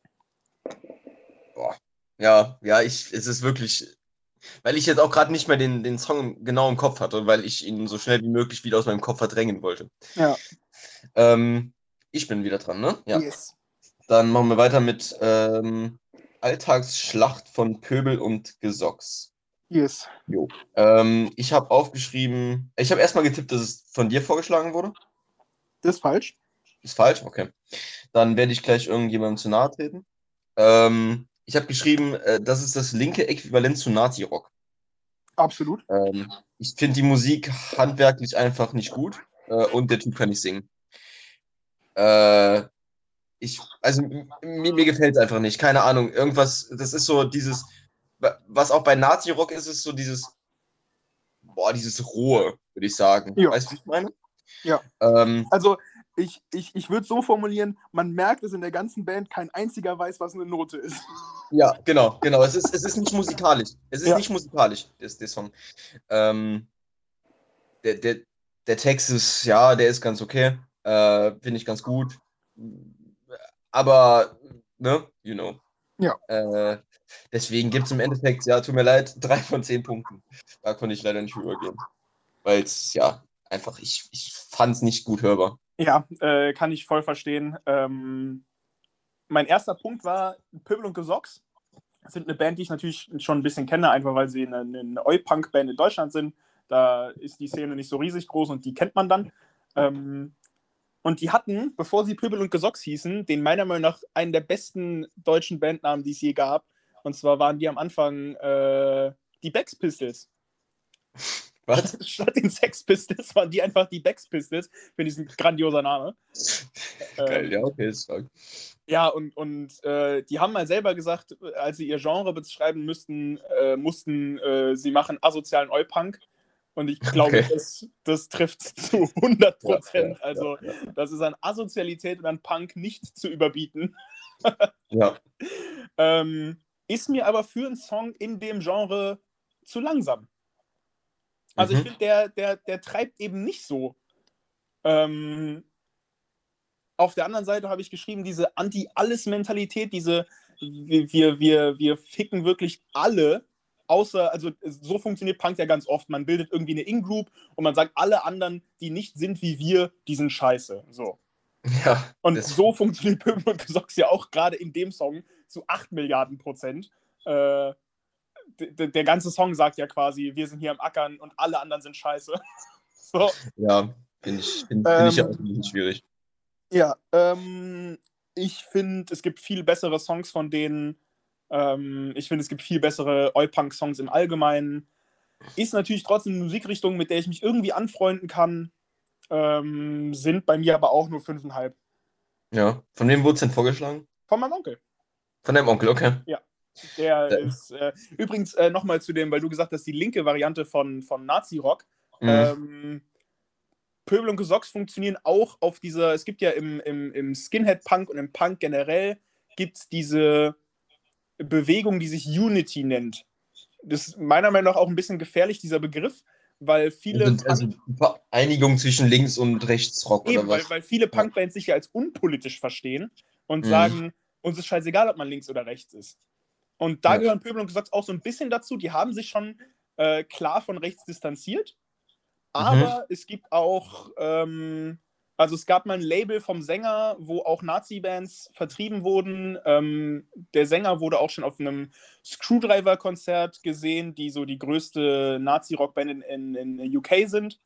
Boah. Ja, es ist wirklich, weil ich jetzt auch gerade nicht mehr den Song genau im Kopf hatte, weil ich ihn so schnell wie möglich wieder aus meinem Kopf verdrängen wollte. Ja. Ich bin wieder dran, ne? Ja. Yes. Dann machen wir weiter mit Alltagsschlacht von Pöbel und Gesocks. Yes. Jo. Ich habe aufgeschrieben, ich habe erstmal getippt, dass es von dir vorgeschlagen wurde. Das ist falsch. Ist falsch? Okay. Dann werde ich gleich irgendjemandem zu nahe treten. Ich habe geschrieben, das ist das linke Äquivalent zu Nazi-Rock. Absolut. Ich finde die Musik handwerklich einfach nicht gut und der Typ kann nicht singen. Äh, also mir gefällt es einfach nicht. Keine Ahnung. Irgendwas, das ist so dieses, was auch bei Nazi-Rock ist, ist so dieses Rohe, würde ich sagen. Ja. Weißt du, wie ich meine? Ja. Ähm, Also, ich würde es so formulieren, man merkt es in der ganzen Band, kein einziger weiß, was eine Note ist. ja, genau. Es ist nicht musikalisch. Es ist Ja. nicht musikalisch, der Song. Ähm, der, der, der Text ist, ja, der ist ganz okay. Finde ich ganz gut. Aber, ne, you know. Ja. Deswegen gibt es im Endeffekt, ja, tut mir leid, 3 von 10 Punkten. Da konnte ich leider nicht übergehen. Weil es, ja, einfach, ich fand es nicht gut hörbar. Ja, kann ich voll verstehen. Mein erster Punkt war Pöbel und Gesocks. Das sind eine Band, die ich natürlich schon ein bisschen kenne, einfach weil sie eine Oi-Punk-Band in Deutschland sind. Da ist die Szene nicht so riesig groß und die kennt man dann. Und die hatten, bevor sie Pöbel und Gesocks hießen, den meiner Meinung nach einen der besten deutschen Bandnamen, die es je gab. Und zwar waren die am Anfang die Bex Pistols. Was? Statt den Sex Pistols waren die einfach die Bex Pistols. Finde ich ein grandioser Name. Geil, ja, okay, ist stark. Ja, und die haben mal selber gesagt, als sie ihr Genre beschreiben mussten sie machen asozialen Oi-Punk. Und ich glaube, Okay. das trifft zu 100%. Ja, Also, ja. das ist an Asozialität und an Punk nicht zu überbieten. Ja. Ist mir aber für einen Song in dem Genre zu langsam. Also, ich finde, der treibt eben nicht so. Auf der anderen Seite habe ich geschrieben, diese Anti-Alles-Mentalität, diese wir ficken wirklich alle, außer, also so funktioniert Punk ja ganz oft. Man bildet irgendwie eine In-Group und man sagt, alle anderen, die nicht sind wie wir, die sind scheiße. So. Ja, Und so funktioniert Pöbel und Gesocks ja auch gerade in dem Song zu 8 Milliarden Prozent. Der ganze Song sagt ja quasi, wir sind hier am Ackern und alle anderen sind scheiße. So. ja, finde ich ja auch ein bisschen schwierig. Ja, ich finde, es gibt viel bessere Songs von denen. Ich finde, es gibt viel bessere Oi-Punk-Songs im Allgemeinen. Ist natürlich trotzdem eine Musikrichtung, mit der ich mich irgendwie anfreunden kann. Sind bei mir aber auch nur 5,5. Ja. Von wem wurde es denn vorgeschlagen? Von meinem Onkel. Von deinem Onkel, okay. Ja. Der Da- ist übrigens nochmal zu dem, weil du gesagt hast, die linke Variante von Nazi-Rock. Mhm. Pöbel und Gesocks funktionieren auch auf dieser, es gibt ja im Skinhead-Punk und im Punk generell, gibt es diese Bewegung, die sich Unity nennt. Das ist meiner Meinung nach auch ein bisschen gefährlich, dieser Begriff, weil viele Also Vereinigung zwischen Links- und Rechtsrock oder eben, was? weil viele Ja. Punkbands sich ja als unpolitisch verstehen und Mhm. sagen, uns ist scheißegal, ob man links oder rechts ist. Und da Ja. gehören Pöbel und Gesocks auch so ein bisschen dazu. Die haben sich schon klar von rechts distanziert. Aber es gibt auch, also es gab mal ein Label vom Sänger, wo auch Nazi-Bands vertrieben wurden. Der Sänger wurde auch schon auf einem Screwdriver-Konzert gesehen, die so die größte Nazi-Rock-Band in UK sind.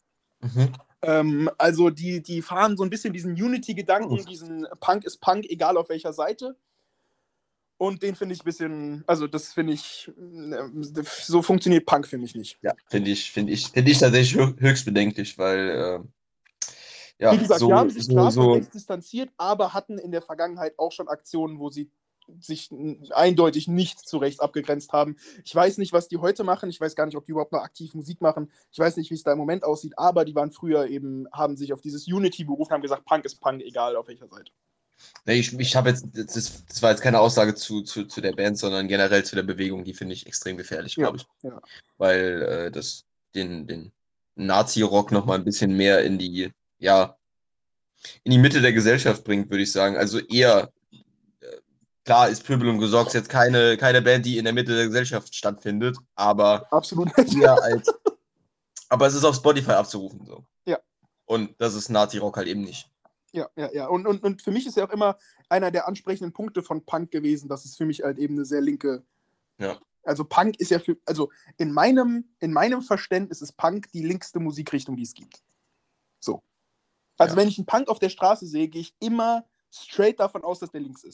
Also die fahren so ein bisschen diesen Unity-Gedanken, diesen Punk ist Punk, egal auf welcher Seite. Und den finde ich ein bisschen, also das finde ich, so funktioniert Punk für mich nicht. Ja, finde ich tatsächlich höchst bedenklich, weil Wie ja, gesagt, die haben sich klar von rechts distanziert, aber hatten in der Vergangenheit auch schon Aktionen, wo sie sich eindeutig nicht zu rechts abgegrenzt haben. Ich weiß nicht, was die heute machen. Ich weiß gar nicht, ob die überhaupt noch aktiv Musik machen. Ich weiß nicht, wie es da im Moment aussieht, aber die waren früher eben, haben sich auf dieses Unity berufen, haben gesagt, Punk ist Punk, egal auf welcher Seite. Nee, ich habe jetzt, das war jetzt keine Aussage zu der Band, sondern generell zu der Bewegung, die finde ich extrem gefährlich, glaube ich. Ja. Weil das den Nazi-Rock nochmal ein bisschen mehr in die Mitte der Gesellschaft bringt, würde ich sagen. Also eher, klar ist Pöbel und Gesocks jetzt keine Band, die in der Mitte der Gesellschaft stattfindet, aber Absolut nicht. eher aber es ist auf Spotify abzurufen, so. Ja. Und das ist Nazi-Rock halt eben nicht. Ja. Und für mich ist ja auch immer einer der ansprechenden Punkte von Punk gewesen, dass es für mich halt eben eine sehr linke. Ja. Also Punk ist ja also in meinem Verständnis ist Punk die linkste Musikrichtung, die es gibt. So. Also wenn ich einen Punk auf der Straße sehe, gehe ich immer straight davon aus, dass der links ist.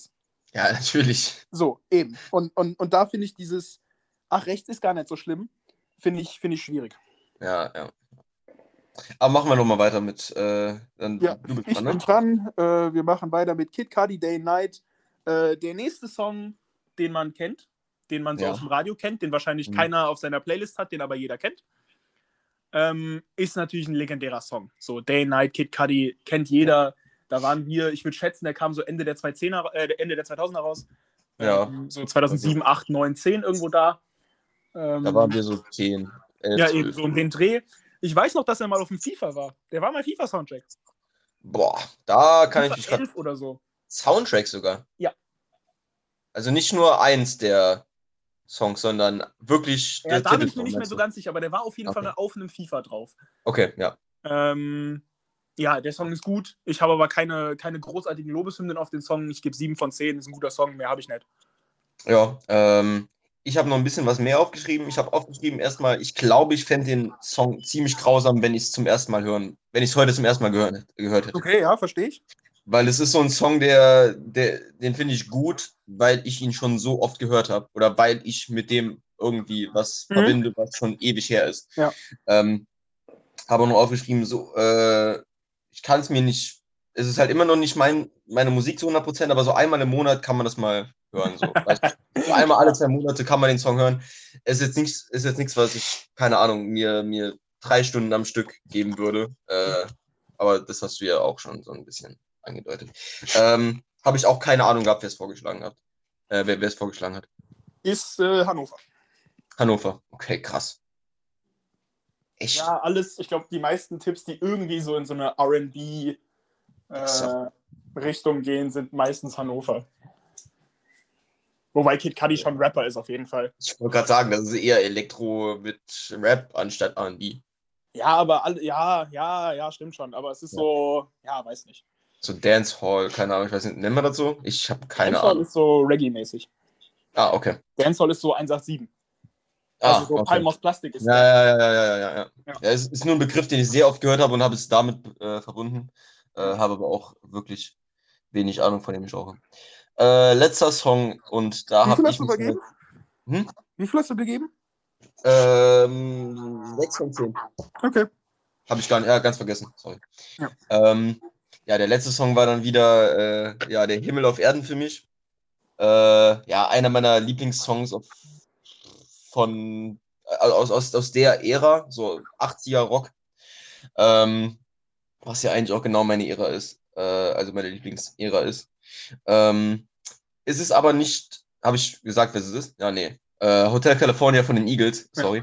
Ja, natürlich. So, eben. Und da finde ich dieses, ach, rechts ist gar nicht so schlimm, finde ich schwierig. Ja, ja. Aber machen wir nochmal weiter mit, Ja, du bist ich dran, bin ne? dran. Wir machen weiter mit Kid Cudi, Day and Night. Der nächste Song, den man kennt, den man so Ja. aus dem Radio kennt, den wahrscheinlich keiner auf seiner Playlist hat, den aber jeder kennt, ist natürlich ein legendärer Song. So Day and Night, Kid Cudi, kennt jeder. Da waren wir, ich würde schätzen, der kam so Ende der 2000er raus. Ja. So 2007, 8, 9, 10 irgendwo da. Da waren wir so 10, 11, Ja, 12. eben so um den Dreh. Ich weiß noch, dass er mal auf dem FIFA war. Der war mal FIFA-Soundtrack. Boah, da kann ich FIFA mich gerade. 11 oder so. Soundtrack sogar. Ja. Also nicht nur eins der Songs, sondern wirklich Ja, der da bin ich mir Titelsong, nicht mehr meinst so du? ganz sicher, aber der war auf jeden Fall Okay. mal auf einem FIFA drauf. Okay, ja. Ja, der Song ist gut. Ich habe aber keine großartigen Lobeshymnen auf den Song. Ich gebe 7 von 10. Ist ein guter Song, mehr habe ich nicht. Ja, ich habe noch ein bisschen was mehr aufgeschrieben. Ich habe aufgeschrieben erstmal, ich glaube, ich fände den Song ziemlich grausam, wenn ich es wenn ich es heute zum ersten Mal gehört hätte. Okay, ja, verstehe ich. Weil es ist so ein Song, den finde ich gut, weil ich ihn schon so oft gehört habe oder weil ich mit dem irgendwie was verbinde, was schon ewig her ist. Ja. Habe noch aufgeschrieben, so, ich kann es mir nicht, es ist halt immer noch nicht meine Musik zu 100%, aber so einmal im Monat kann man das mal hören. So, weißt du? So einmal alle 2 Monate kann man den Song hören. Es ist jetzt nichts, was ich, keine Ahnung, mir 3 Stunden am Stück geben würde. Aber das hast du ja auch schon so ein bisschen angedeutet. Habe ich auch keine Ahnung gehabt, wer es vorgeschlagen hat. Wer es vorgeschlagen hat. Ist Hannover. Hannover. Okay, krass. Echt? Ja, alles, ich glaube, die meisten Tipps, die irgendwie so in so eine R&B-Richtung gehen, sind meistens Hannover. Wobei Kid Cudi schon Rapper ist, auf jeden Fall. Ich wollte gerade sagen, das ist eher Elektro mit Rap anstatt R&B. Ja, aber ja, stimmt schon. Aber es ist so, ja, weiß nicht. So Dancehall, keine Ahnung, ich weiß nicht, nennen wir das so? Ich habe keine Dancehall Ahnung. ist so Reggae-mäßig. Ah, okay. Dancehall ist so 187. Also so okay. Palm aus Plastik ist Ja. Es ist nur ein Begriff, den ich sehr oft gehört habe und habe es damit verbunden. Habe aber auch wirklich wenig Ahnung von dem Genre. Letzter Song und da habe ich mich... Wie viel hast du gegeben? 6 von 10. Okay. Habe ich gar nicht, ganz vergessen, sorry. Ja. Der letzte Song war dann wieder der Himmel auf Erden für mich. Einer meiner Lieblingssongs aus der Ära, so 80er Rock, was ja eigentlich auch genau meine Ära ist, also meine Lieblingsära ist. Es ist aber nicht, habe ich gesagt, was es ist? Ja, nee. Hotel California von den Eagles, sorry.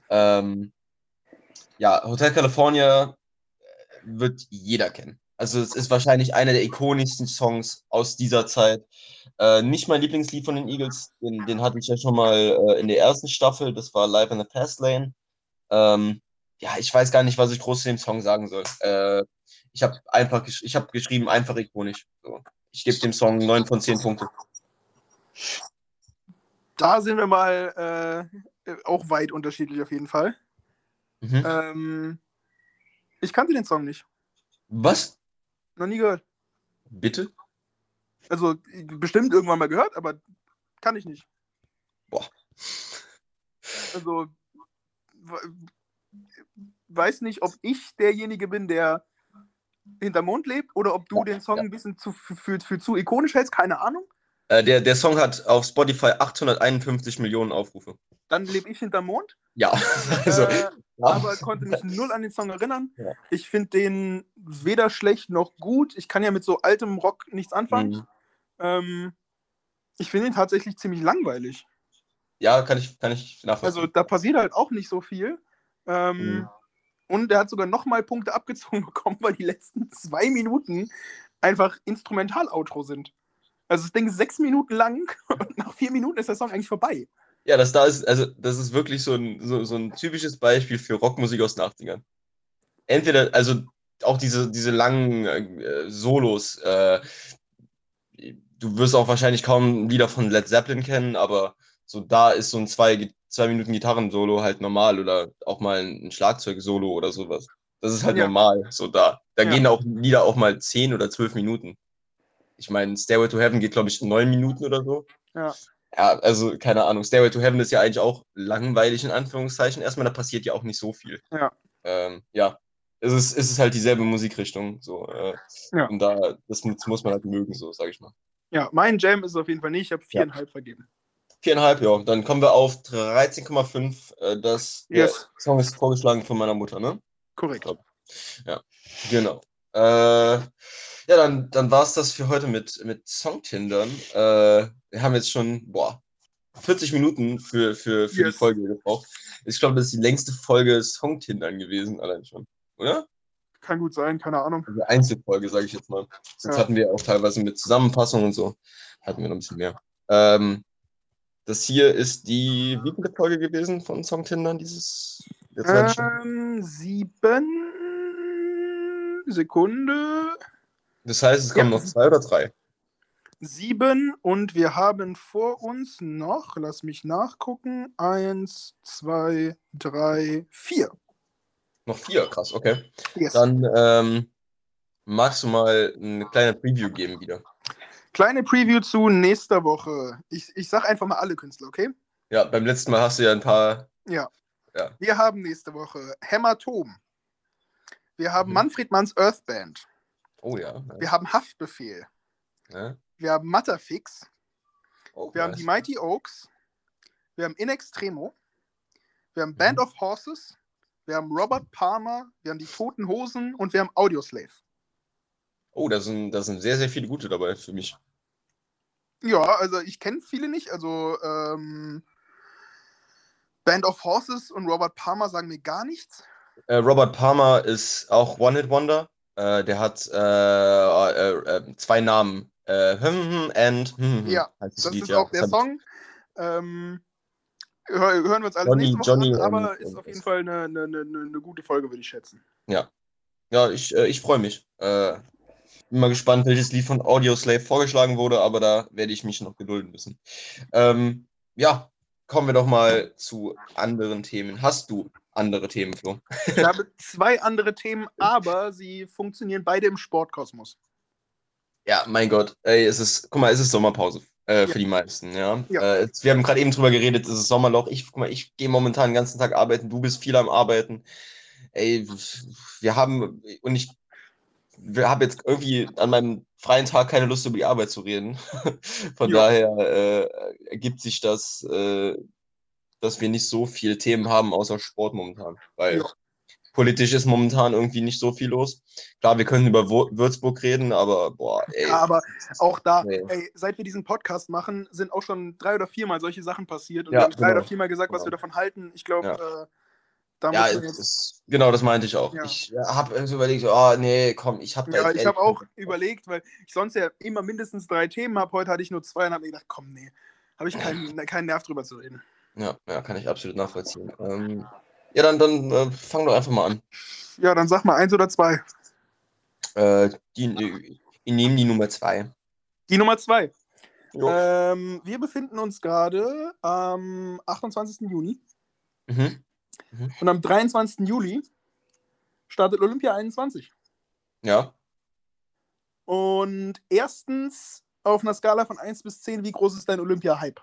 Hotel California wird jeder kennen. Also es ist wahrscheinlich einer der ikonischsten Songs aus dieser Zeit. Nicht mein Lieblingslied von den Eagles, den hatte ich ja schon mal in der ersten Staffel, das war Live in the Fast Lane. Ich weiß gar nicht, was ich groß zu dem Song sagen soll. Ich habe geschrieben, einfach ikonisch. So. Ich gebe dem Song 9 von 10 Punkte. Da sind wir mal auch weit unterschiedlich auf jeden Fall. Ich kannte den Song nicht. Was? Noch nie gehört. Bitte? Also bestimmt irgendwann mal gehört, aber kann ich nicht. Boah. Also weiß nicht, ob ich derjenige bin, der hinterm Mond lebt, oder ob du den Song ein bisschen für zu ikonisch hältst, keine Ahnung. Der Song hat auf Spotify 851 Millionen Aufrufe. Dann lebe ich hinterm Mond. Ja. Also, aber konnte mich null an den Song erinnern. Ja. Ich finde den weder schlecht noch gut. Ich kann ja mit so altem Rock nichts anfangen. Ich finde ihn tatsächlich ziemlich langweilig. Ja, kann ich nachvollziehen. Also da passiert halt auch nicht so viel. Und er hat sogar nochmal Punkte abgezogen bekommen, weil die letzten 2 Minuten einfach Instrumental-Outro sind. Also das Ding ist 6 Minuten lang und nach 4 Minuten ist der Song eigentlich vorbei. Ja, das ist wirklich so ein typisches Beispiel für Rockmusik aus den 80ern. Entweder, also auch diese langen Solos, du wirst auch wahrscheinlich kaum Lieder von Led Zeppelin kennen, aber so da ist so ein 2 Minuten Gitarren-Solo halt normal oder auch mal ein Schlagzeug-Solo oder sowas. Das ist halt normal, so da. Da gehen auch Lieder auch mal 10 oder 12 Minuten. ich meine, Stairway to Heaven geht, glaube ich, 9 Minuten oder so. Ja. Ja, also keine Ahnung. Stairway to Heaven ist ja eigentlich auch langweilig in Anführungszeichen. Erstmal, da passiert ja auch nicht so viel. Ja. Ja, es ist halt dieselbe Musikrichtung. So, Ja. und das muss man halt mögen, so, sage ich mal. Ja, mein Jam ist es auf jeden Fall nicht. Ich habe Ja. 4,5 vergeben. 4,5, ja. Dann kommen wir auf 13,5. Der Yes. Song ist vorgeschlagen von meiner Mutter, ne? Korrekt. Ja, genau. Ja, dann war es das für heute mit Songtindern. Wir haben jetzt schon, 40 Minuten für die Yes. Folge gebraucht. Ich glaube, das ist die längste Folge Songtindern gewesen, allein schon. Oder? Kann gut sein, keine Ahnung. Also Einzelfolge, sage ich jetzt mal. Sonst hatten wir auch teilweise mit Zusammenfassung und so, hatten wir noch ein bisschen mehr. Das hier ist die wievielte Folge gewesen von Songtindern der zweite Staffel? 7 Sekunde. Das heißt, es kommen noch 2 oder 3. 7 und wir haben vor uns noch, lass mich nachgucken, 1, 2, 3, 4. Noch 4, krass, okay. Yes. Dann magst du mal eine kleine Preview geben wieder. Kleine Preview zu nächster Woche. Ich sag einfach mal alle Künstler, okay? Ja, beim letzten Mal hast du ja ein paar. Ja. Ja. Wir haben nächste Woche Hämatom. Wir haben Manfred Manns Earth Band. Oh ja. Wir haben Haftbefehl. Ja. Wir haben Matterfix. Oh, wir haben die Mighty Oaks. Wir haben In Extremo. Wir haben Band of Horses. Wir haben Robert Palmer. Wir haben die Toten Hosen und wir haben Audioslave. Oh, da sind sehr, sehr viele gute dabei für mich. Ja, also ich kenne viele nicht. Also Band of Horses und Robert Palmer sagen mir gar nichts. Robert Palmer ist auch One-Hit-Wonder. Der hat 2 Namen. And Ja, heißt das Lied, ist ja. auch der Song. Hören wir uns alles nächste Woche Johnny an, aber und ist auf jeden Fall eine gute Folge, würde ich schätzen. Ja. Ja, ich freue mich. Bin mal gespannt, welches Lied von Audioslave vorgeschlagen wurde, aber da werde ich mich noch gedulden müssen. Ja, kommen wir doch mal zu anderen Themen. Hast du andere Themen, Flo? Ich habe 2 andere Themen, aber sie funktionieren beide im Sportkosmos. Ja, mein Gott. Ey, es ist Sommerpause für die meisten, ja. Ja. Wir haben gerade eben drüber geredet, es ist Sommerloch. Ich gehe momentan den ganzen Tag arbeiten, du bist viel am Arbeiten. Ey, ich habe jetzt irgendwie an meinem freien Tag keine Lust, über die Arbeit zu reden. Von Ja. daher ergibt sich das, dass wir nicht so viele Themen haben, außer Sport momentan. Weil Ja. politisch ist momentan irgendwie nicht so viel los. Klar, wir können über Würzburg reden, aber boah, ey. Ja, aber auch da, Nee. ey, seit wir diesen Podcast machen, sind auch schon 3 oder 4 Mal solche Sachen passiert. Und Ja, wir haben 3 genau. oder 4 Mal gesagt, was wir davon halten. Ich glaube, da Ja, muss man jetzt... genau, das meinte ich auch. Ja. Ich habe so überlegt, oh nee, komm, ich habe da Ja, jetzt ich habe auch überlegt, weil ich sonst ja immer mindestens 3 Themen habe. Heute hatte ich nur 2 und habe mir gedacht, komm, nee, habe ich keinen Nerv drüber zu reden. Ja, kann ich absolut nachvollziehen. Ja, dann fang doch einfach mal an. Ja, dann sag mal 1 oder 2. Ich nehme die Nummer 2. Die Nummer 2. Jo. Wir befinden uns gerade am 28. Juni. Und am 23. Juli startet Olympia 21. Ja. Und erstens, auf einer Skala von 1 bis 10, wie groß ist dein Olympia-Hype?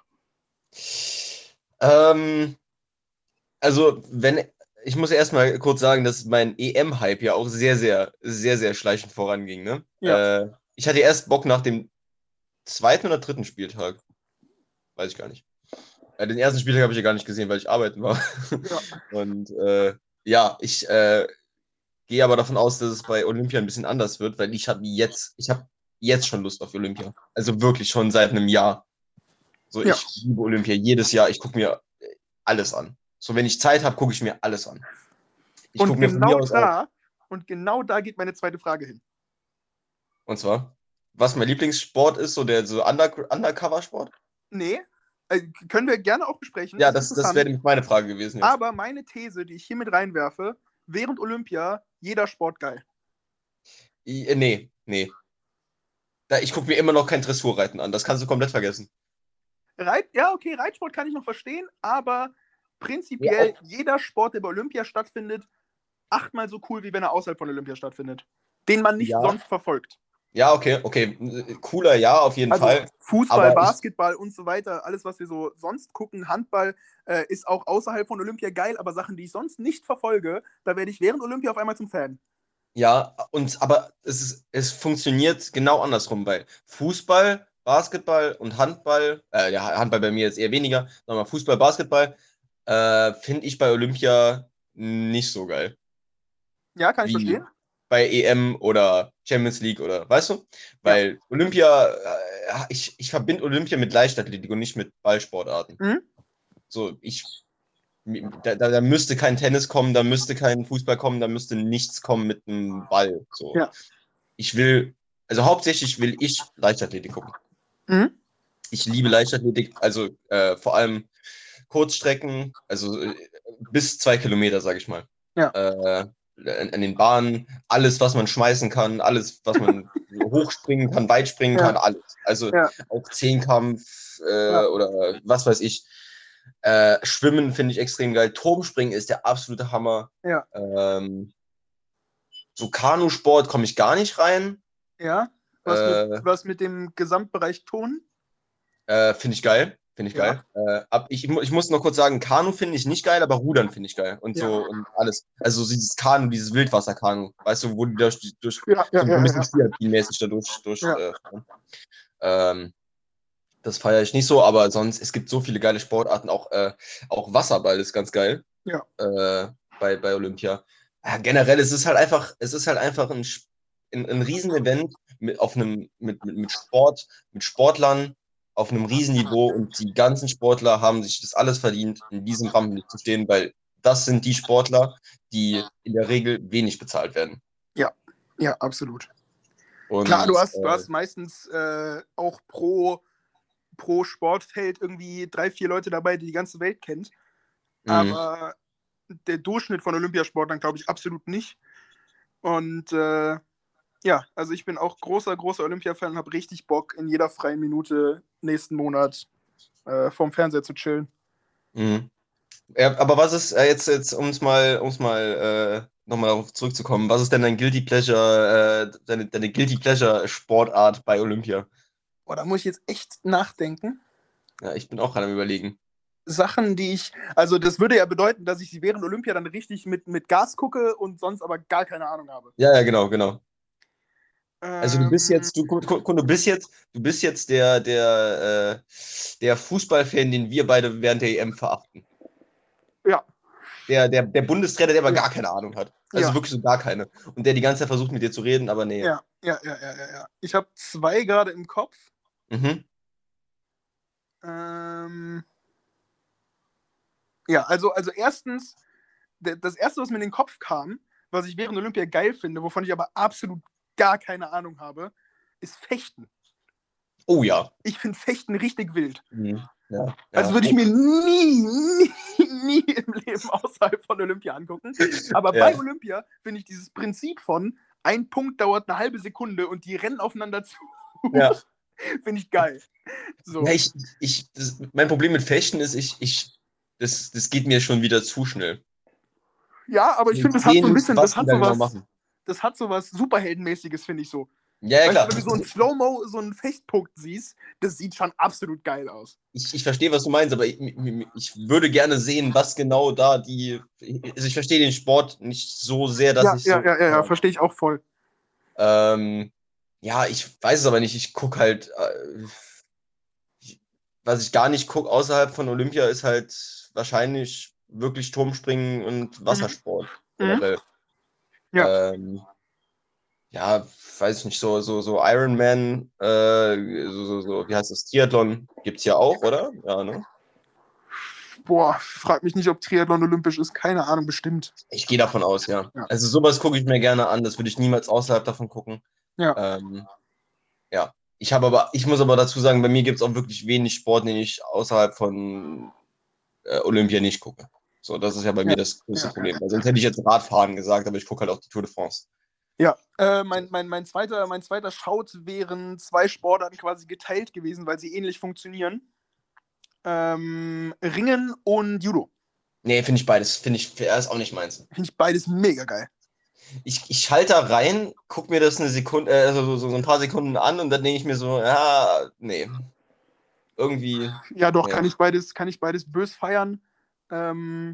Also, ich muss erstmal kurz sagen, dass mein EM-Hype ja auch sehr, sehr, sehr, sehr schleichend voranging. Ne? Ja. Ich hatte erst Bock nach dem 2. oder 3. Spieltag. Weiß ich gar nicht. Den ersten Spieltag habe ich ja gar nicht gesehen, weil ich arbeiten war. Ja. Und ja, ich gehe aber davon aus, dass es bei Olympia ein bisschen anders wird, weil ich habe jetzt schon Lust auf Olympia. Also wirklich schon seit einem Jahr. So, Ja. ich liebe Olympia jedes Jahr. Ich gucke mir alles an. So, wenn ich Zeit habe, gucke ich mir alles an. Und genau da geht meine zweite Frage hin. Und zwar, was mein Lieblingssport ist, so der so Undercover-Sport? Nee, können wir gerne auch besprechen. Ja, das wäre nämlich meine Frage gewesen. Jetzt. Aber meine These, die ich hier mit reinwerfe, während Olympia, jeder Sport geil. Nee. Ich gucke mir immer noch kein Dressurreiten an. Das kannst du komplett vergessen. Ja, okay, Reitsport kann ich noch verstehen, aber prinzipiell jeder Sport, der bei Olympia stattfindet, 8-mal so cool, wie wenn er außerhalb von Olympia stattfindet. Den man nicht sonst verfolgt. Ja, okay, okay. Cooler, ja, auf jeden Also Fall. Fußball, Aber ich, Basketball und so weiter, alles, was wir so sonst gucken, Handball, ist auch außerhalb von Olympia geil, aber Sachen, die ich sonst nicht verfolge, da werde ich während Olympia auf einmal zum Fan. ja, aber es funktioniert genau andersrum, weil Fußball, Basketball und Handball, ja, Handball bei mir jetzt eher weniger, sondern Fußball, Basketball, finde ich bei Olympia nicht so geil. Ja, kann ich Wie verstehen. bei EM oder Champions League oder, weißt du? Ja. Weil Olympia, ich verbinde Olympia mit Leichtathletik und nicht mit Ballsportarten. Mhm. So, da müsste kein Tennis kommen, da müsste kein Fußball kommen, da müsste nichts kommen mit einem Ball. So. Ja. Ich will, also hauptsächlich will ich Leichtathletik gucken. Mhm. Ich liebe Leichtathletik, also vor allem Kurzstrecken, also bis 2 Kilometer, sage ich mal. Ja. An den Bahnen, alles, was man schmeißen kann, alles, was man hochspringen kann, weit springen kann, Ja. alles. Also Ja. auch Zehnkampf Ja. oder was weiß ich. Schwimmen finde ich extrem geil. Turmspringen ist der absolute Hammer. Ja. So Kanusport komme ich gar nicht rein. Ja. Äh, Was mit dem Gesamtbereich Ton? Finde ich geil. Finde ich Ja. geil. Ich muss noch kurz sagen, Kanu finde ich nicht geil, aber Rudern finde ich geil. Und Ja. so und alles. Also so dieses Kanu, dieses Wildwasserkanu, weißt du, wo die durch Ja. Ja. so ein Ja. bisschen Ja. Skialpin-mäßig Ja. fahren. Das feiere ich nicht so, aber sonst, es gibt so viele geile Sportarten. Auch Wasserball ist ganz geil Ja. äh, bei Olympia. Ja, generell, es ist halt einfach ein Riesenevent mit Sport, mit Sportlern auf einem Riesenniveau und die ganzen Sportler haben sich das alles verdient, in diesem Rampenlicht zu stehen, weil das sind die Sportler, die in der Regel wenig bezahlt werden. Ja. Ja, absolut. Klar, Und du hast meistens auch pro Sportfeld irgendwie 3, 4 Leute dabei, die die ganze Welt kennt. mh, Aber der Durchschnitt von Olympiasportlern glaube ich absolut nicht. Und ja, also ich bin auch großer Olympia-Fan und habe richtig Bock, in jeder freien Minute nächsten Monat vorm Fernseher zu chillen. mh. Ja, aber was ist jetzt um es mal nochmal darauf zurückzukommen, was ist denn dein Guilty Pleasure, deine Guilty Pleasure Sportart bei Olympia? Boah, da muss ich jetzt echt nachdenken. Ja, ich bin auch gerade am Überlegen. Sachen, also das würde ja bedeuten, dass ich sie während Olympia dann richtig mit Gas gucke und sonst aber gar keine Ahnung habe. Ja, ja, genau, genau. Also du bist Ähm, jetzt, du bist jetzt der Fußballfan, den wir beide während der EM verachten. ja, Der Bundestrainer, der aber ja, gar keine Ahnung hat. Also ja, wirklich so gar keine. Und der die ganze Zeit versucht, mit dir zu reden, aber nee. ja. Ich habe 2 gerade im Kopf. Mhm. Ähm, ja, also erstens, das erste, was mir in den Kopf kam, was ich während Olympia geil finde, wovon ich aber absolut gar keine Ahnung habe, ist Fechten. Oh ja. Ich finde Fechten richtig wild. Mhm. Ja, Also ja. würde ich mir nie im Leben außerhalb von Olympia angucken. Aber bei Ja. Olympia finde ich dieses Prinzip von ein Punkt dauert eine halbe Sekunde und die rennen aufeinander zu, Ja. finde ich geil. Ja, So. mein Problem mit Fechten ist, das geht mir schon wieder zu schnell. Ja, aber ich Du finde, das hat so ein sehen, bisschen, was die da genau machen. das hat so was Superheldenmäßiges, finde ich so. Ja, ja, Weißt du, klar. wenn du so ein Slow-Mo, so einen Fechtpunkt siehst, das sieht schon absolut geil aus. Ich verstehe, was du meinst, aber ich würde gerne sehen, was genau da Also ich verstehe den Sport nicht so sehr, dass ich so. Ja, verstehe ich auch voll. Ähm, ja, ich weiß es aber nicht. Ich gucke halt. Was ich gar nicht gucke außerhalb von Olympia, ist halt wahrscheinlich wirklich Turmspringen und Mhm. Wassersport Mhm. generell. Ja. Ähm, ja, weiß ich nicht, so Ironman, wie heißt das? Triathlon gibt's ja auch, oder? Ja, ne? Boah, frag mich nicht, ob Triathlon olympisch ist. Keine Ahnung, bestimmt. Ich gehe davon aus, ja. Ja. Also sowas gucke ich mir gerne an, das würde ich niemals außerhalb davon gucken. Ja. Ähm, ja. Ich muss aber dazu sagen, bei mir gibt es auch wirklich wenig Sport, den ich außerhalb von Olympia nicht gucke. So, das ist ja bei Ja. mir das größte Ja. Problem. Weil sonst hätte ich jetzt Radfahren gesagt, aber ich gucke halt auch die Tour de France. Ja. Mein zweiter Shout wären 2 Sportarten quasi geteilt gewesen, weil sie ähnlich funktionieren. Ringen und Judo. Nee, finde ich beides. Ist auch nicht meins. Finde ich beides mega geil. Ich schalte da rein, guck mir das eine Sekunde, also so ein paar Sekunden an und dann denke ich mir so, ja, nee. Irgendwie, Ja, doch, nee. kann ich beides bös feiern. Ähm,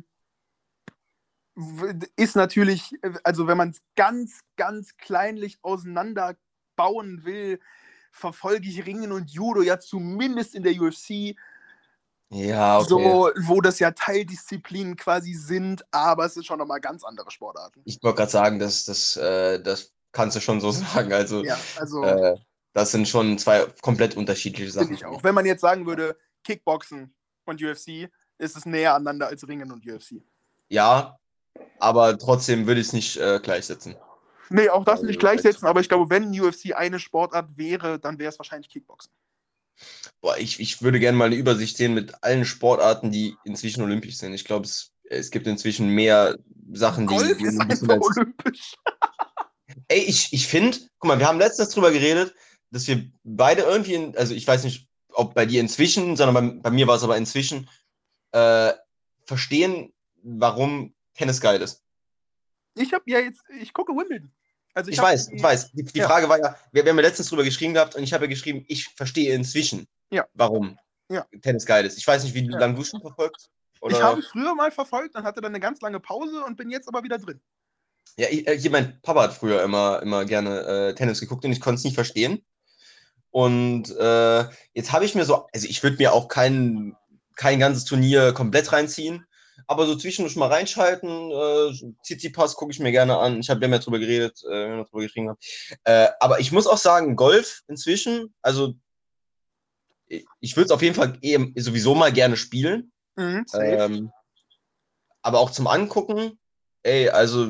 ist natürlich, also wenn man es ganz, ganz kleinlich auseinander bauen will, verfolge ich Ringen und Judo ja zumindest in der UFC, Ja, okay. so, wo das ja Teildisziplinen quasi sind, aber es ist schon nochmal ganz andere Sportarten. Ich wollte gerade sagen, das kannst du schon so sagen. Also, Ja, also äh, das sind schon zwei komplett unterschiedliche finde Sachen ich für auch. mich. Wenn man jetzt sagen würde, Kickboxen und UFC, ist es näher aneinander als Ringen und UFC. Ja, aber trotzdem würde ich es nicht gleichsetzen. Nee, auch das nicht Weil gleichsetzen, aber ich glaube, wenn UFC eine Sportart wäre, dann wäre es wahrscheinlich Kickboxen. boah, ich würde gerne mal eine Übersicht sehen mit allen Sportarten, die inzwischen olympisch sind. Ich glaube, es gibt inzwischen mehr Sachen, Golf die ist olympisch sind einfach als. olympisch. Ey, ich finde, guck mal, wir haben letztens drüber geredet, dass wir beide irgendwie, also ich weiß nicht, ob bei dir inzwischen, sondern bei mir war es aber inzwischen, äh, verstehen, warum Tennis geil ist. Ich gucke Wimbledon. Also ich Ich habe weiß, ich weiß. Die ja, Frage war ja, wir haben ja letztens drüber geschrieben gehabt und ich habe ja geschrieben, ich verstehe inzwischen, ja, warum ja, Tennis geil ist. Ich weiß nicht, wie ja. lange du schon verfolgst. Ich habe Oder. früher mal verfolgt, dann hatte dann eine ganz lange Pause und bin jetzt aber wieder drin. Ja, hier mein Papa hat früher immer gerne Tennis geguckt und ich konnte es nicht verstehen. Und jetzt habe ich mir so, also ich würde mir auch kein ganzes Turnier komplett reinziehen, aber so zwischendurch mal reinschalten, Tsitsipas gucke ich mir gerne an. Wir haben ja drüber geredet, wenn wir drüber geschrieben haben. Aber ich muss auch sagen, Golf inzwischen, also ich würde es auf jeden Fall sowieso mal gerne spielen, Safe. ähm, aber auch zum Angucken, ey, also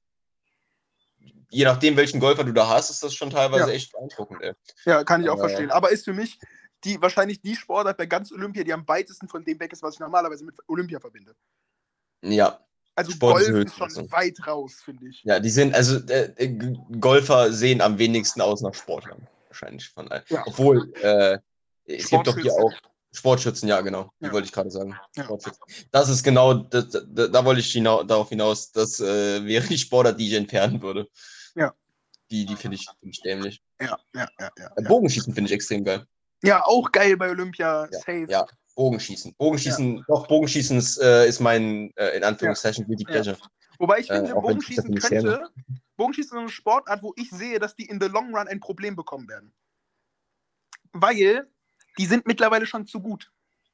je nachdem, welchen Golfer du da hast, ist das schon Ja, teilweise echt beeindruckend, ey. ja, kann ich auch Äh, verstehen. Aber ist für mich wahrscheinlich die Sportart bei ganz Olympia, die am weitesten von dem weg ist, was ich normalerweise mit Olympia verbinde. ja, Also sportliche Golf ist schon Höchstleistung. weit raus, finde ich. Ja, die sind, also Golfer sehen am wenigsten aus nach Sportlern, wahrscheinlich von allen. Ja, Obwohl, es gibt doch hier Sportschützen. auch Sportschützen, ja, genau, die Ja, wollte ich gerade sagen. ja. Sportschützen. Das ist genau, da wollte ich darauf hinaus, das wäre die Sportart, die ich entfernen würde. Ja, Die finde ich dämlich. ja. Bogenschießen finde ich extrem geil. Ja, auch geil bei Olympia, Ja, safe. ja, Bogenschießen. Ja, Bogenschießen ist mein, in ja, Anführungszeichen, Guilty ja. Pleasure. Wobei ich finde, Auch wenn ich mich dafür nicht schäme. Bogenschießen ist eine Sportart, wo ich sehe, dass die in the long run ein Problem bekommen werden. Weil die sind mittlerweile schon zu gut.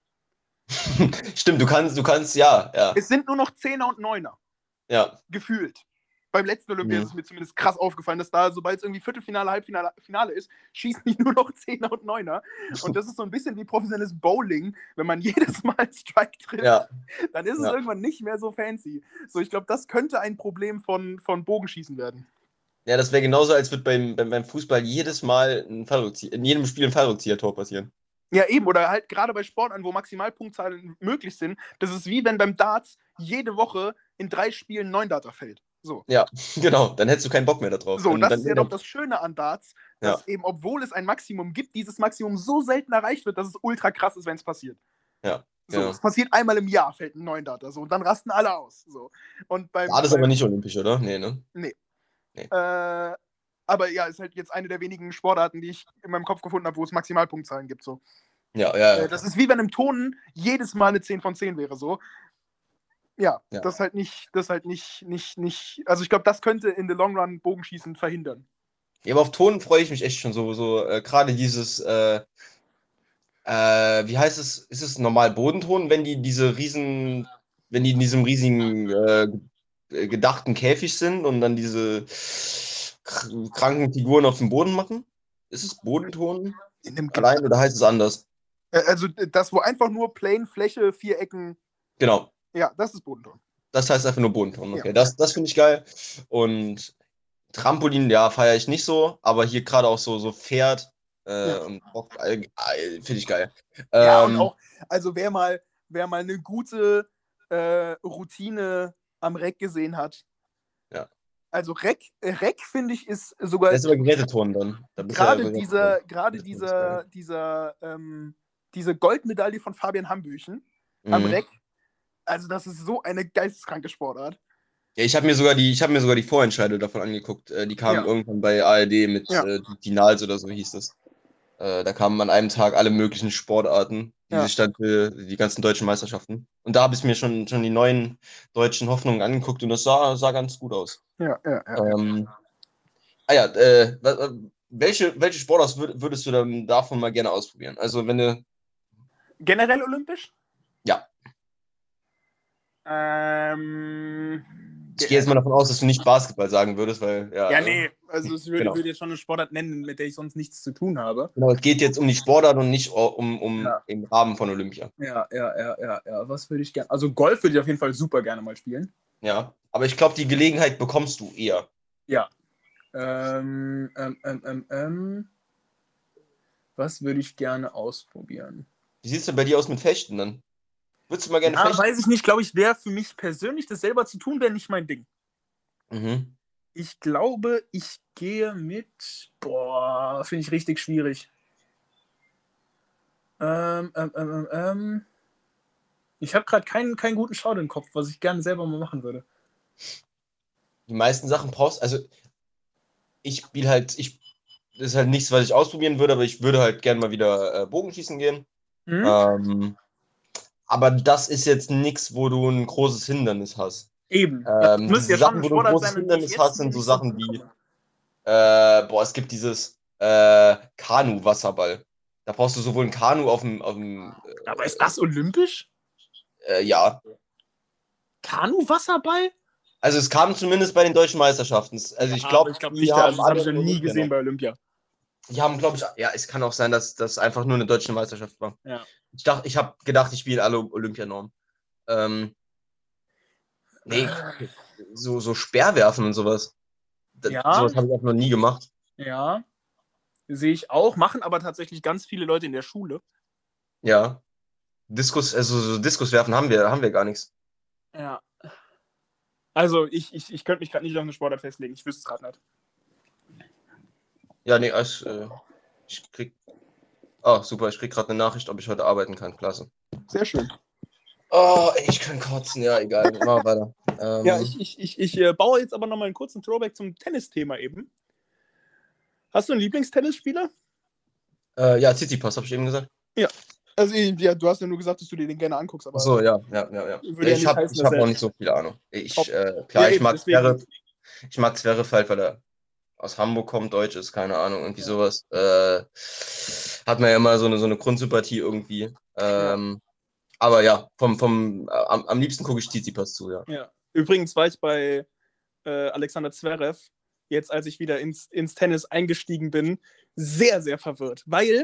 Stimmt, du kannst, ja, ja, Es sind nur noch Zehner und Neuner, ja. gefühlt. Beim letzten Olympia ist Mhm. es mir zumindest krass aufgefallen, dass da, sobald es irgendwie Viertelfinale, Halbfinale Finale ist, schießen die nur noch Zehner und Neuner. Und das ist so ein bisschen wie professionelles Bowling. Wenn man jedes Mal Strike trifft, Ja, dann ist es ja. irgendwann nicht mehr so fancy. So, ich glaube, das könnte ein Problem von Bogenschießen werden. Ja, das wäre genauso, als würde beim Fußball jedes Mal in jedem Spiel ein Fallrückzieher-Tor passieren. Ja, eben, oder halt gerade bei Sportarten, wo Maximalpunktzahlen möglich sind, das ist wie wenn beim Darts jede Woche in 3 Spielen 9 Data fällt. So. Ja, genau, dann hättest du keinen Bock mehr darauf. So, das ist ja doch Dann, das Schöne an Darts, ja, dass eben, obwohl es ein Maximum gibt, dieses Maximum so selten erreicht wird, dass es ultra krass ist, wenn es passiert. ja, So, genau. es passiert einmal im Jahr, fällt ein 9 Data, so, und dann rasten alle aus. So. Und War das aber nicht olympisch, oder? Nee, ne? nee. Nee. Aber ja, ist halt jetzt eine der wenigen Sportarten, die ich in meinem Kopf gefunden habe, wo es Maximalpunktzahlen gibt. So. Ja, ja, ja, Das klar. ist wie wenn im Turnen jedes Mal eine 10 von 10 wäre. So. Ja, Ja. das halt nicht. Also ich glaube, das könnte in the long run Bogenschießen verhindern. Ja, aber auf Ton freue ich mich echt schon so gerade dieses, wie heißt es, ist es normal Bodenton, wenn die wenn die in diesem riesigen gedachten Käfig sind und dann diese kranken Figuren auf dem Boden machen? Ist es Bodenton In dem allein oder heißt es anders? Also das, wo einfach nur plain Fläche, 4 Ecken. Genau. Ja, das ist Bodenton. Das heißt einfach nur Bodenton. Ja. Okay, das finde ich geil. Und Trampolin, ja, feiere ich nicht so, aber hier gerade auch so Pferd Ja. und Bock, finde ich geil. Ja, und auch, also wer mal eine gute Routine am Reck gesehen hat. Ja. Also Reck finde ich, ist sogar Das ist aber Geräteturnen dann. Da bist du ja gerade aber Geräteturnen. diese Goldmedaille von Fabian Hambüchen am Mhm. Reck. Also das ist so eine geisteskranke Sportart. Ja, ich habe mir sogar die Vorentscheide davon angeguckt. Die kamen Ja, irgendwann bei ARD mit ja, Finals oder so hieß das. Da kamen an einem Tag alle möglichen Sportarten, die ja, sich dann für die ganzen deutschen Meisterschaften. Und da habe ich mir schon die neuen deutschen Hoffnungen angeguckt und das sah ganz gut aus. ja, ja, ja, ja. Ähm, ja, welche Sportart würdest du dann davon mal gerne ausprobieren? Also wenn du, Generell olympisch? ja, Ähm, ich gehe jetzt mal davon aus, dass du nicht Basketball sagen würdest, weil, ja, ja, nee, also ich würde, genau. würde jetzt schon eine Sportart nennen, mit der ich sonst nichts zu tun habe. Genau, es geht jetzt um die Sportart und nicht um Ja, im Rahmen von Olympia. ja. Was würde ich gerne? Also Golf würde ich auf jeden Fall super gerne mal spielen. Ja, aber ich glaube, die Gelegenheit bekommst du eher. Ja. Ähm, ähm, ähm, ähm, ähm. Was würde ich gerne ausprobieren? Wie sieht es denn bei dir aus mit Fechten dann? Würdest du mal gerne Ja, fechten? weiß ich nicht. Glaube ich, wäre für mich persönlich, das selber zu tun, wäre nicht mein Ding. Mhm. Ich glaube, ich gehe mit. Boah, finde ich richtig schwierig. Ähm, ähm, ähm, ähm, ähm. Ich habe gerade keinen guten Schau im Kopf, was ich gerne selber mal machen würde. Die meisten Sachen brauchst, also das ist halt nichts, was ich ausprobieren würde, aber ich würde halt gerne mal wieder Bogenschießen gehen. Hm? Ähm, aber das ist jetzt nichts, wo du ein großes Hindernis hast. Eben. Also, es müsste Diese ja schon Sachen, eine wo du ein Sportart großes sein, an die ich Hindernis jetzt hast, mir sind so nicht so Sachen gut wie, komme. es gibt dieses Kanu-Wasserball. Da brauchst du sowohl ein Kanu Aber ist das olympisch? ja. Kanu-Wasserball? Also es kam zumindest bei den deutschen Meisterschaften. Also Ja, ich aber glaube, ich glaube die nicht, haben also das habe alle ich noch einen nie gesehen Olympia. bei Olympia. Die haben, glaube ich, ja, es kann auch sein, dass das einfach nur eine deutsche Meisterschaft war. Ja. Ich habe gedacht, ich spiele alle Olympianormen. Ähm, nee, so Speerwerfen und sowas. Ja, Sowas habe ich auch noch nie gemacht. ja, sehe ich auch. Machen aber tatsächlich ganz viele Leute in der Schule. Ja. So Diskuswerfen haben wir gar nichts. Ja. Also ich könnte mich gerade nicht auf eine Sportart festlegen. Ich wüsste es gerade nicht. Ja, nee, ich krieg. Oh, super, ich krieg gerade eine Nachricht, ob ich heute arbeiten kann. Klasse. Sehr schön. Oh, ich kann kotzen, ja, egal. Machen wir weiter. Ja, ich baue jetzt aber nochmal einen kurzen Throwback zum Tennisthema eben. Hast du einen Lieblingstennisspieler? Ja, Tsitsipas, habe ich eben gesagt. Ja. Also, ja, du hast ja nur gesagt, dass du dir den gerne anguckst, Ach aber so, ja. Ja, würde ja nicht heißen, ich dass hab er noch nicht so viel Ahnung. top. Ja, Klar, eben, deswegen. Ich mag Zverev halt, weil er aus Hamburg kommt, Deutsch ist, keine Ahnung, irgendwie Ja, sowas. Hat man ja immer so eine Grundsympathie irgendwie. ja, Aber ja, am liebsten gucke ich Tsitsipas zu, ja. ja. Übrigens war ich bei Alexander Zverev, jetzt als ich wieder ins Tennis eingestiegen bin, sehr, sehr verwirrt. Weil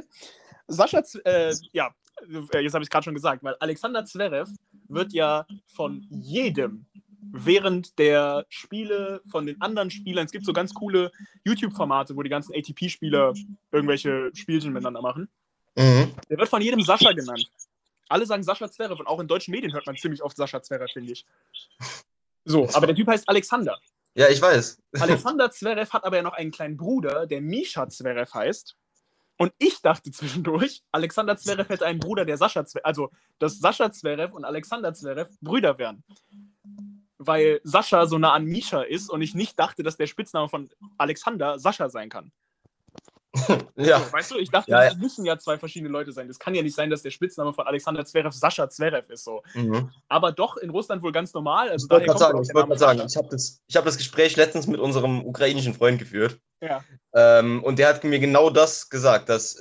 jetzt habe ich gerade schon gesagt, weil Alexander Zverev wird ja von jedem während der Spiele von den anderen Spielern, es gibt so ganz coole YouTube-Formate, wo die ganzen ATP-Spieler irgendwelche Spielchen miteinander machen. Mhm. Der wird von jedem Sascha genannt. Alle sagen Sascha Zverev und auch in deutschen Medien hört man ziemlich oft Sascha Zverev, finde ich. So, aber der Typ heißt Alexander. Ja, ich weiß. Alexander Zverev hat aber ja noch einen kleinen Bruder, der Mischa Zverev heißt. Und ich dachte zwischendurch, Alexander Zverev hätte einen Bruder, der Sascha Zverev, also dass Sascha Zverev und Alexander Zverev Brüder wären. Weil Sascha so nah an Mischa ist und ich nicht dachte, dass der Spitzname von Alexander Sascha sein kann. Ja. So, weißt du, ich dachte, Ja, ja. das müssen ja zwei verschiedene Leute sein. Das kann ja nicht sein, dass der Spitzname von Alexander Zverev Sascha Zverev ist. So. Mhm. Aber doch in Russland wohl ganz normal. Also Ich wollte daher gerade kommt sagen, auch der Name Sascha. ich hab das Gespräch letztens mit unserem ukrainischen Freund geführt. Ja. Und der hat mir genau das gesagt, dass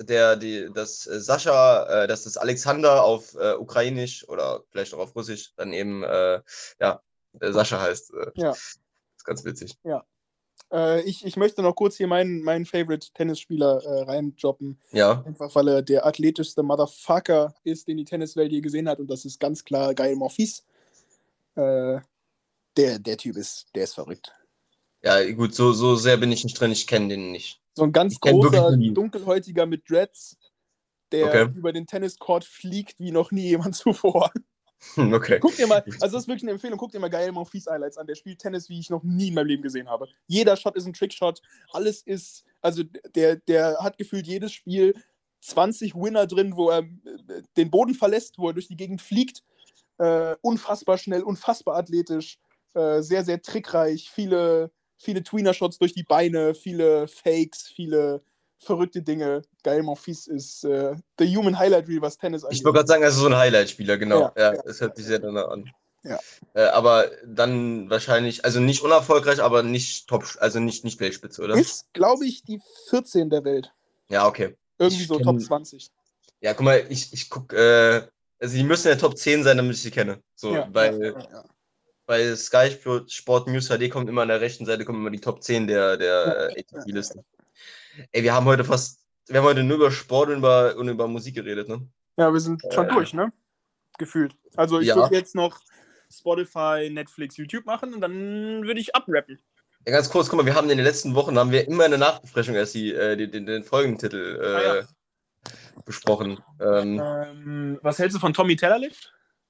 dass das Alexander auf Ukrainisch oder vielleicht auch auf Russisch dann eben Sascha heißt. Ja. Ist ganz witzig. Ja. Ich möchte noch kurz hier meinen Favorite-Tennisspieler reinjobben. Ja. Einfach weil er der athletischste Motherfucker ist, den die Tenniswelt je gesehen hat. Und das ist ganz klar Gael Monfils. Der Typ der ist verrückt. Ja, gut, so sehr bin ich nicht drin, ich kenne den nicht. So ein ganz Ich kenn wirklich großer, nur die. dunkelhäutiger mit Dreads, der Okay. über den Tenniscourt fliegt wie noch nie jemand zuvor. Okay. Guck dir mal, also das ist wirklich eine Empfehlung, guck dir mal Gael Monfils Highlights an. Der spielt Tennis, wie ich noch nie in meinem Leben gesehen habe. Jeder Shot ist ein Trickshot, alles ist, also der hat gefühlt jedes Spiel 20 Winner drin, wo er den Boden verlässt, wo er durch die Gegend fliegt. Unfassbar schnell, unfassbar athletisch. sehr, sehr trickreich, viele Tweener-Shots durch die Beine, viele Fakes, viele verrückte Dinge. Geil, Monfils ist the human highlight reel, was Tennis angeht. Ich wollte gerade sagen, also so ein Highlight-Spieler, genau. Ja, Ja. das hört sich sehr danach an. Ja. Aber dann wahrscheinlich, also nicht unerfolgreich, aber nicht top, also nicht Weltspitze, oder? Ist, glaube ich, die 14 der Welt. Ja, okay. Irgendwie so Top 20. Ja, guck mal, ich gucke, also die müssen ja Top 10 sein, damit ich sie kenne. So, Ja, bei Sky Sport News HD kommt immer an der rechten Seite kommen immer die Top 10 der ATP-Liste. Ey, wir haben heute nur über Sport und über Musik geredet, ne? Ja, wir sind schon durch, ne? Gefühlt. Also ich würde jetzt noch Spotify, Netflix, YouTube machen und dann würde ich abrappen. Ja, ganz kurz, guck mal, wir haben in den letzten Wochen immer in der Nachbesprechung erst den Folgentitel besprochen. Was hältst du von Tommy Tellerlift?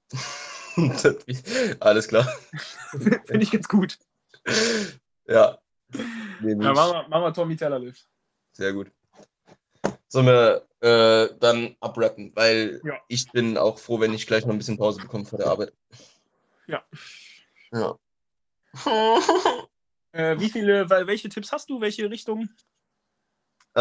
Alles klar. Finde ich ganz gut. Ja. Machen wir Tommy Tellerlift. Sehr gut. Sollen wir dann abrappen, weil ich bin auch froh, wenn ich gleich noch ein bisschen Pause bekomme vor der Arbeit. Ja. Ja. Welche Tipps hast du? Welche Richtung? Ich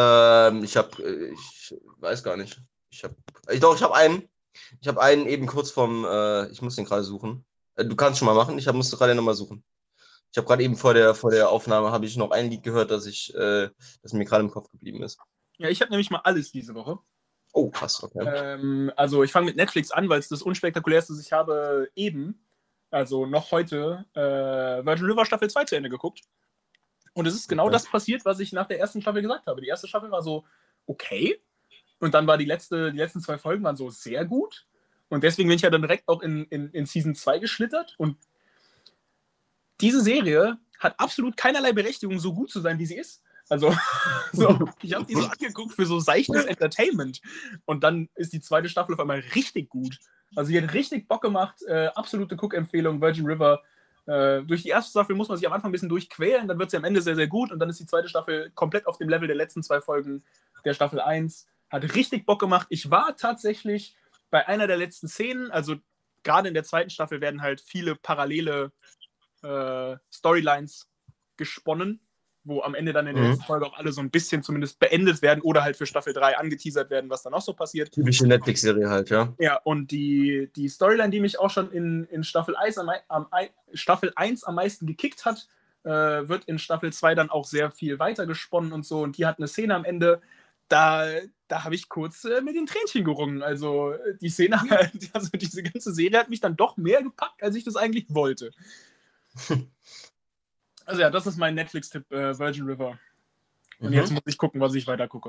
weiß gar nicht. Ich habe einen. Ich habe einen eben kurz ich muss den gerade suchen. Du kannst schon mal machen, musst du gerade nochmal suchen. Ich habe gerade eben vor der Aufnahme habe ich noch ein Lied gehört, das mir gerade im Kopf geblieben ist. Ja, ich habe nämlich mal alles diese Woche. Oh, krass, okay. Also ich fange mit Netflix an, weil es das unspektakulärste ist. Ich habe also noch heute, Virgin River Staffel 2 zu Ende geguckt. Und es ist genau das passiert, was ich nach der ersten Staffel gesagt habe. Die erste Staffel war so okay. Und dann war die letzten 2 Folgen waren so sehr gut. Und deswegen bin ich ja dann direkt auch in Season 2 geschlittert. Und diese Serie hat absolut keinerlei Berechtigung, so gut zu sein, wie sie ist. Also, ich habe die so angeguckt für so seichtes Entertainment. Und dann ist die zweite Staffel auf einmal richtig gut. Also, die hat richtig Bock gemacht. Absolute Cook-Empfehlung, Virgin River. Durch die erste Staffel muss man sich am Anfang ein bisschen durchquälen, dann wird sie am Ende sehr, sehr gut. Und dann ist die zweite Staffel komplett auf dem Level der letzten 2 Folgen der Staffel 1. Hat richtig Bock gemacht. Ich war tatsächlich bei einer der letzten Szenen, also gerade in der zweiten Staffel werden halt viele parallele Storylines gesponnen, wo am Ende dann in der letzten Folge auch alle so ein bisschen zumindest beendet werden oder halt für Staffel 3 angeteasert werden, was dann auch so passiert. Typische Netflix-Serie halt, ja. Ja, und die Storyline, die mich auch schon in Staffel 1 am meisten gekickt hat, wird in Staffel 2 dann auch sehr viel weiter gesponnen und so. Und die hat eine Szene am Ende, da habe ich kurz mit den Tränchen gerungen. Also die Szene, also diese ganze Serie hat mich dann doch mehr gepackt, als ich das eigentlich wollte. Also ja, das ist mein Netflix-Tipp, Virgin River. Und jetzt muss ich gucken, was ich weiter gucke.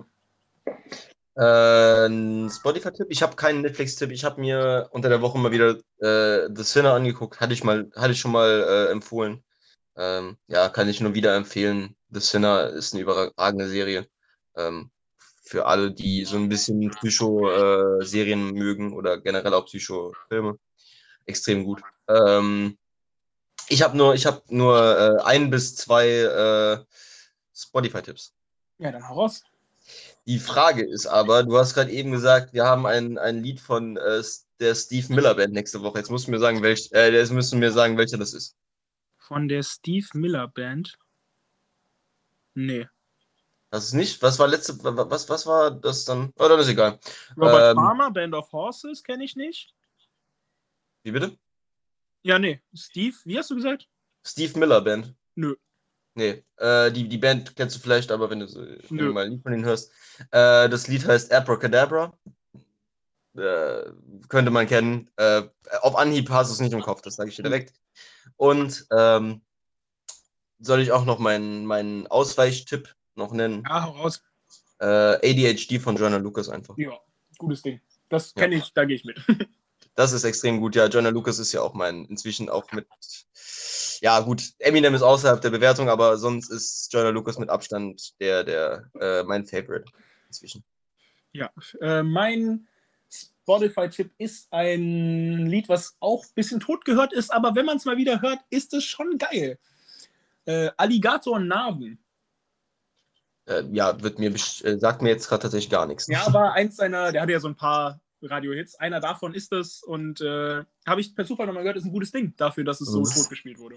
Spotify-Tipp? Ich habe keinen Netflix-Tipp. Ich habe mir unter der Woche mal wieder The Sinner angeguckt. Hatte ich schon mal empfohlen. Ja, kann ich nur wieder empfehlen. The Sinner ist eine überragende Serie. Für alle, die so ein bisschen Psycho-Serien mögen oder generell auch Psycho-Filme. Extrem gut. Ich habe nur 1 bis 2 Spotify-Tipps. Ja, dann hau raus. Die Frage ist aber, du hast gerade eben gesagt, wir haben ein Lied von der Steve Miller Band nächste Woche. Jetzt musst du mir sagen, welcher das ist. Von der Steve Miller Band? Nee. Das ist nicht? Was war was war das dann? Oh, dann ist egal. Robert Farmer, Band of Horses, kenne ich nicht. Wie bitte? Ja, nee. Steve, wie hast du gesagt? Steve Miller Band. Nö. Nee, die Band kennst du vielleicht, aber wenn du mal ein Lied von denen hörst. Das Lied heißt Abracadabra. Könnte man kennen. Auf Anhieb hast du es nicht im Kopf, das sage ich dir direkt. Und soll ich auch noch meinen Ausweichtipp noch nennen? Ja, hau raus. ADHD von Joyner Lucas einfach. Ja, gutes Ding. Das kenne ich, da gehe ich mit. Das ist extrem gut. Ja, Joyner Lucas ist ja auch inzwischen auch mit. Ja, gut, Eminem ist außerhalb der Bewertung, aber sonst ist Joyner Lucas mit Abstand mein Favorite inzwischen. Ja, mein Spotify-Tipp ist ein Lied, was auch ein bisschen tot gehört ist, aber wenn man es mal wieder hört, ist es schon geil. Alligator Narben. Ja, sagt mir jetzt gerade tatsächlich gar nichts. Ja, aber der hatte ja so ein paar Radio-Hits. Einer davon ist es und habe ich per Zufall nochmal gehört, ist ein gutes Ding dafür, dass es so tot gespielt wurde.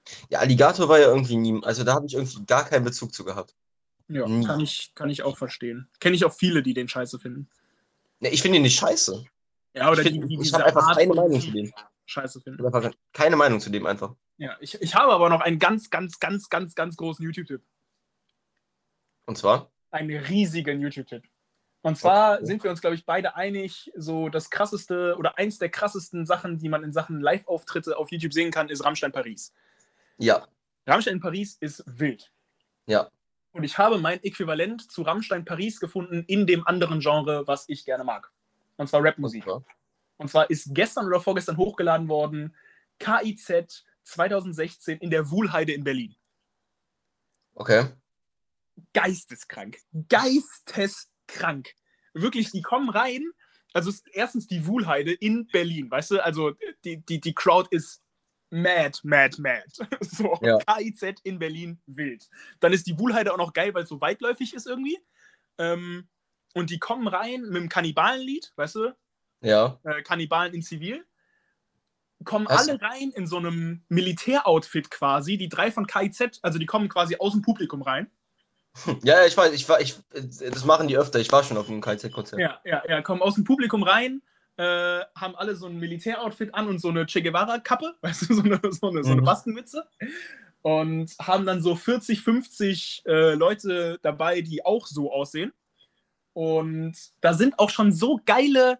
Ja, Alligator war ja irgendwie nie, also da habe ich irgendwie gar keinen Bezug zu gehabt. Ja, Nie. kann ich auch verstehen. Kenne ich auch viele, die den scheiße finden. Ne, ich finde ihn nicht scheiße. Ja, oder Ich die habe diese einfach Art keine von Meinung zu Musik dem. scheiße Ich finden. habe einfach keine Meinung zu dem einfach. Ja, ich habe aber noch einen ganz, ganz, ganz, ganz, ganz großen YouTube-Tipp. Und zwar? Einen riesigen YouTube-Tipp. Und zwar Okay. sind wir uns, glaube ich, beide einig, so das krasseste oder eins der krassesten Sachen, die man in Sachen Live-Auftritte auf YouTube sehen kann, ist Rammstein Paris. Ja, Rammstein Paris ist wild. ja. Und ich habe mein Äquivalent zu Rammstein Paris gefunden in dem anderen Genre, was ich gerne mag. Und zwar Und Rapmusik. zwar? Und zwar ist gestern oder vorgestern hochgeladen worden KIZ 2016 in der Wuhlheide in Berlin. Okay. Geisteskrank. Geisteskrank. Wirklich, die kommen rein. Also erstens die Wuhlheide in Berlin, weißt du? Also die Crowd ist mad. So, Ja. KIZ in Berlin, wild. Dann ist die Wuhlheide auch noch geil, weil es so weitläufig ist irgendwie. Und die kommen rein mit dem Kannibalenlied, weißt du? Ja. Kannibalen in Zivil. Kommen Hast alle rein in so einem Militäroutfit quasi. Die 3 von KIZ, also die kommen quasi aus dem Publikum rein. Ja, ich weiß, das machen die öfter. Ich war schon auf einem KZ-Konzert. Ja, kommen aus dem Publikum rein, haben alle so ein Militäroutfit an und so eine Che Guevara-Kappe, weißt du, so eine Baskenmütze. Und haben dann so 40, 50 Leute dabei, die auch so aussehen. Und da sind auch schon so geile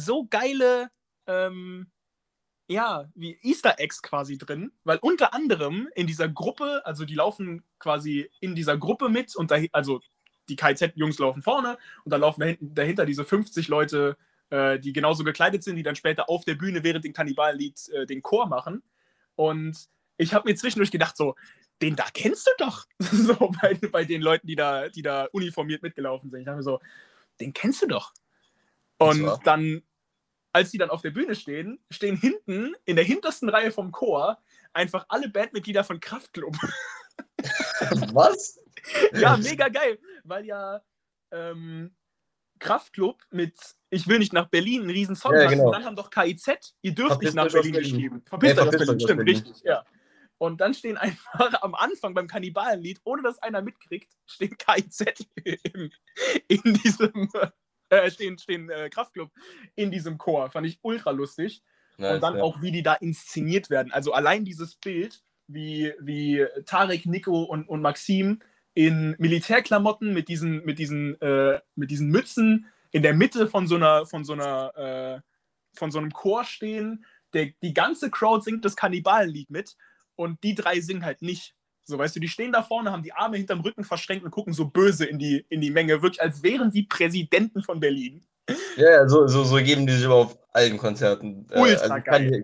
wie Easter Eggs quasi drin, weil unter anderem in dieser Gruppe, also die laufen quasi in dieser Gruppe mit und also die KZ-Jungs laufen vorne und dann laufen dahinter diese 50 Leute, die genauso gekleidet sind, die dann später auf der Bühne während dem Kannibalenlied den Chor machen. Und ich habe mir zwischendurch gedacht, so, den da kennst du doch. So bei den Leuten, die da uniformiert mitgelaufen sind. Ich dachte mir so, den kennst du doch. Und dann, als die dann auf der Bühne stehen hinten in der hintersten Reihe vom Chor einfach alle Bandmitglieder von Kraftklub. Was? Ja, mega geil, weil ja Kraftklub mit Ich will nicht nach Berlin einen riesen Song hat. Genau. Und dann haben doch KIZ, ihr dürft Verpisst nicht nach euch aus Berlin Berlin. geschrieben. Verpisst euch aus Berlin, stimmt, Berlin. richtig, ja. Und dann stehen einfach am Anfang beim Kannibalenlied, ohne dass einer mitkriegt, stehen KIZ in diesem stehen Kraftklub in diesem Chor. Fand ich ultra lustig. Nice, und dann auch, wie die da inszeniert werden. Also allein dieses Bild, wie Tarek, Nico und Maxim in Militärklamotten mit diesen Mützen in der Mitte von so einem Chor stehen. Die ganze Crowd singt das Kannibalenlied mit und die 3 singen halt nicht. So, weißt du, die stehen da vorne, haben die Arme hinterm Rücken verschränkt und gucken so böse in die Menge, wirklich als wären sie Präsidenten von Berlin. Ja, so geben die sich aber auf allen Konzerten. Ultra geil.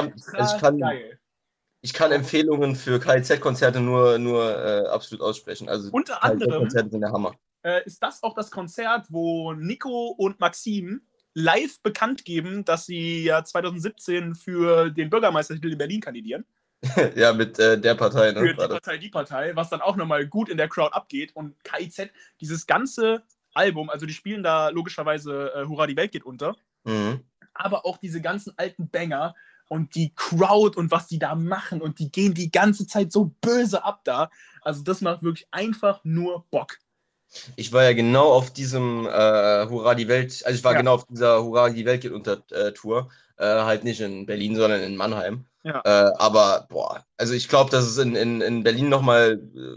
Ich kann Empfehlungen für KIZ-Konzerte nur absolut aussprechen. Also unter anderem KIZ-Konzerte sind der Hammer. Ist das auch das Konzert, wo Nico und Maxim live bekannt geben, dass sie ja 2017 für den Bürgermeistertitel in Berlin kandidieren. Ja, mit der Partei. Ne? Für die Partei, was dann auch nochmal gut in der Crowd abgeht. Und KIZ, dieses ganze Album, also die spielen da logischerweise Hurra, die Welt geht unter, aber auch diese ganzen alten Banger und die Crowd und was die da machen und die gehen die ganze Zeit so böse ab da. Also das macht wirklich einfach nur Bock. Ich war ja genau auf diesem Hurra die Welt, also ich war genau auf dieser Hurra die Welt geht unter Tour, halt nicht in Berlin, sondern in Mannheim. Ja. Aber, also ich glaube, dass es in Berlin nochmal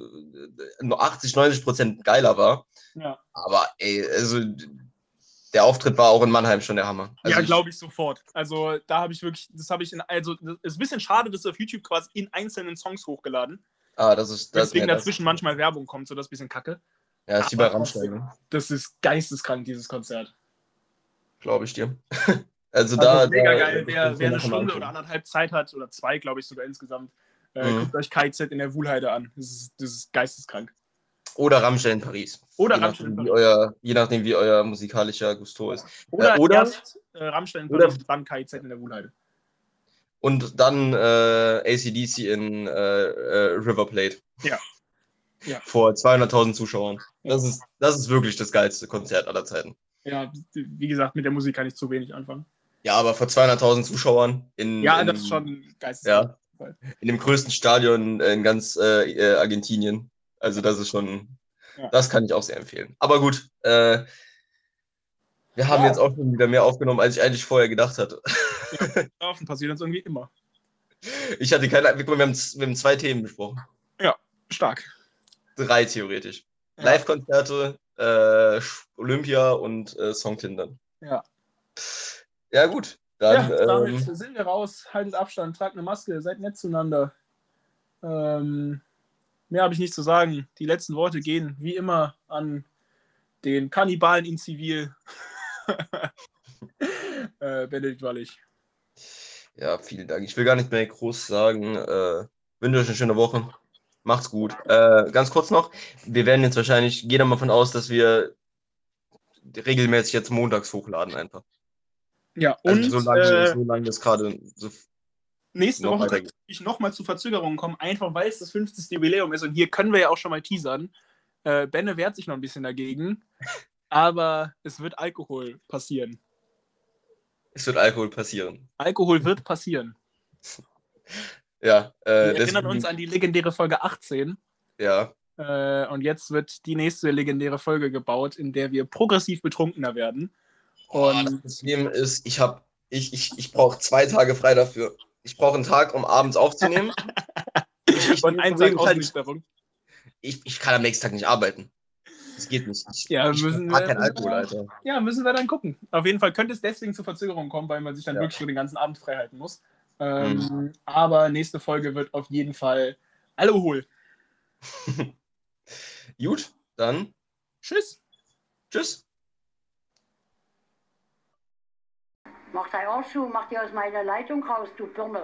80-90% geiler war. Ja. Aber also der Auftritt war auch in Mannheim schon der Hammer. Also ja, glaube ich sofort. Also da habe ich wirklich, das ist ein bisschen schade, dass auf YouTube quasi in einzelnen Songs hochgeladen. Deswegen dazwischen manchmal Werbung kommt, so das ist ein bisschen kacke. Ja, ist wie bei Rammstein. Ne? Das ist geisteskrank, dieses Konzert. Glaube ich dir. Also da. Mega geil, wer eine Stunde oder anderthalb Zeit hat, oder 2, glaube ich sogar insgesamt, guckt euch KIZ in der Wuhlheide an. Das ist geisteskrank. Oder Rammstein in Paris. Oder Rammstein in Paris. Je nachdem, wie euer musikalischer Gusto ist. Oder erst Rammstein in Paris und dann KIZ in der Wuhlheide. Und dann AC/DC in River Plate. Ja. Vor 200.000 Zuschauern. Das ist wirklich das geilste Konzert aller Zeiten. Ja, wie gesagt, mit der Musik kann ich zu wenig anfangen. Ja, aber vor 200.000 Zuschauern das ist schon geisteskrank. In dem größten Stadion in ganz Argentinien. Also das ist schon, das kann ich auch sehr empfehlen. Aber gut, wir haben jetzt auch schon wieder mehr aufgenommen, als ich eigentlich vorher gedacht hatte. Laufen passiert uns irgendwie immer. Ich hatte keine, wir haben 2 Themen besprochen. Ja, stark. 3 theoretisch. Ja. Live-Konzerte, Olympia und Songtindern. Ja. Ja, gut. Dann, damit sind wir raus. Haltet Abstand, tragt eine Maske, seid nett zueinander. Mehr habe ich nicht zu sagen. Die letzten Worte gehen wie immer an den Kannibalen in Zivil. Benedikt Wallich. Ja, vielen Dank. Ich will gar nicht mehr groß sagen. Wünsche euch eine schöne Woche. Macht's gut. Ganz kurz noch. Wir werden jetzt wahrscheinlich, gehen wir mal davon aus, dass wir regelmäßig jetzt montags hochladen einfach. Ja, also und solange das gerade so nächste Woche könnte ich nochmal zu Verzögerungen kommen, einfach weil es das 50. Jubiläum ist. Und hier können wir ja auch schon mal teasern. Benne wehrt sich noch ein bisschen dagegen, aber es wird Alkohol passieren. Es wird Alkohol passieren. Alkohol wird passieren. Ja. Wir erinnern uns an die legendäre Folge 18. Ja. Und jetzt wird die nächste legendäre Folge gebaut, in der wir progressiv betrunkener werden. Und das Problem ist, ich brauche 2 Tage frei dafür. Ich brauche einen Tag, um abends aufzunehmen. Und einen Tag Ausnüchterung. Ich kann am nächsten Tag nicht arbeiten. Das geht nicht. Ich müssen kein Alkohol, Alter. Ja, müssen wir dann gucken. Auf jeden Fall könnte es deswegen zu Verzögerungen kommen, weil man sich dann wirklich für den ganzen Abend frei halten muss. Aber nächste Folge wird auf jeden Fall Alkohol. Gut, dann. Tschüss. Tschüss. Mach dein Arsch zu, mach dir aus meiner Leitung raus, du Birne.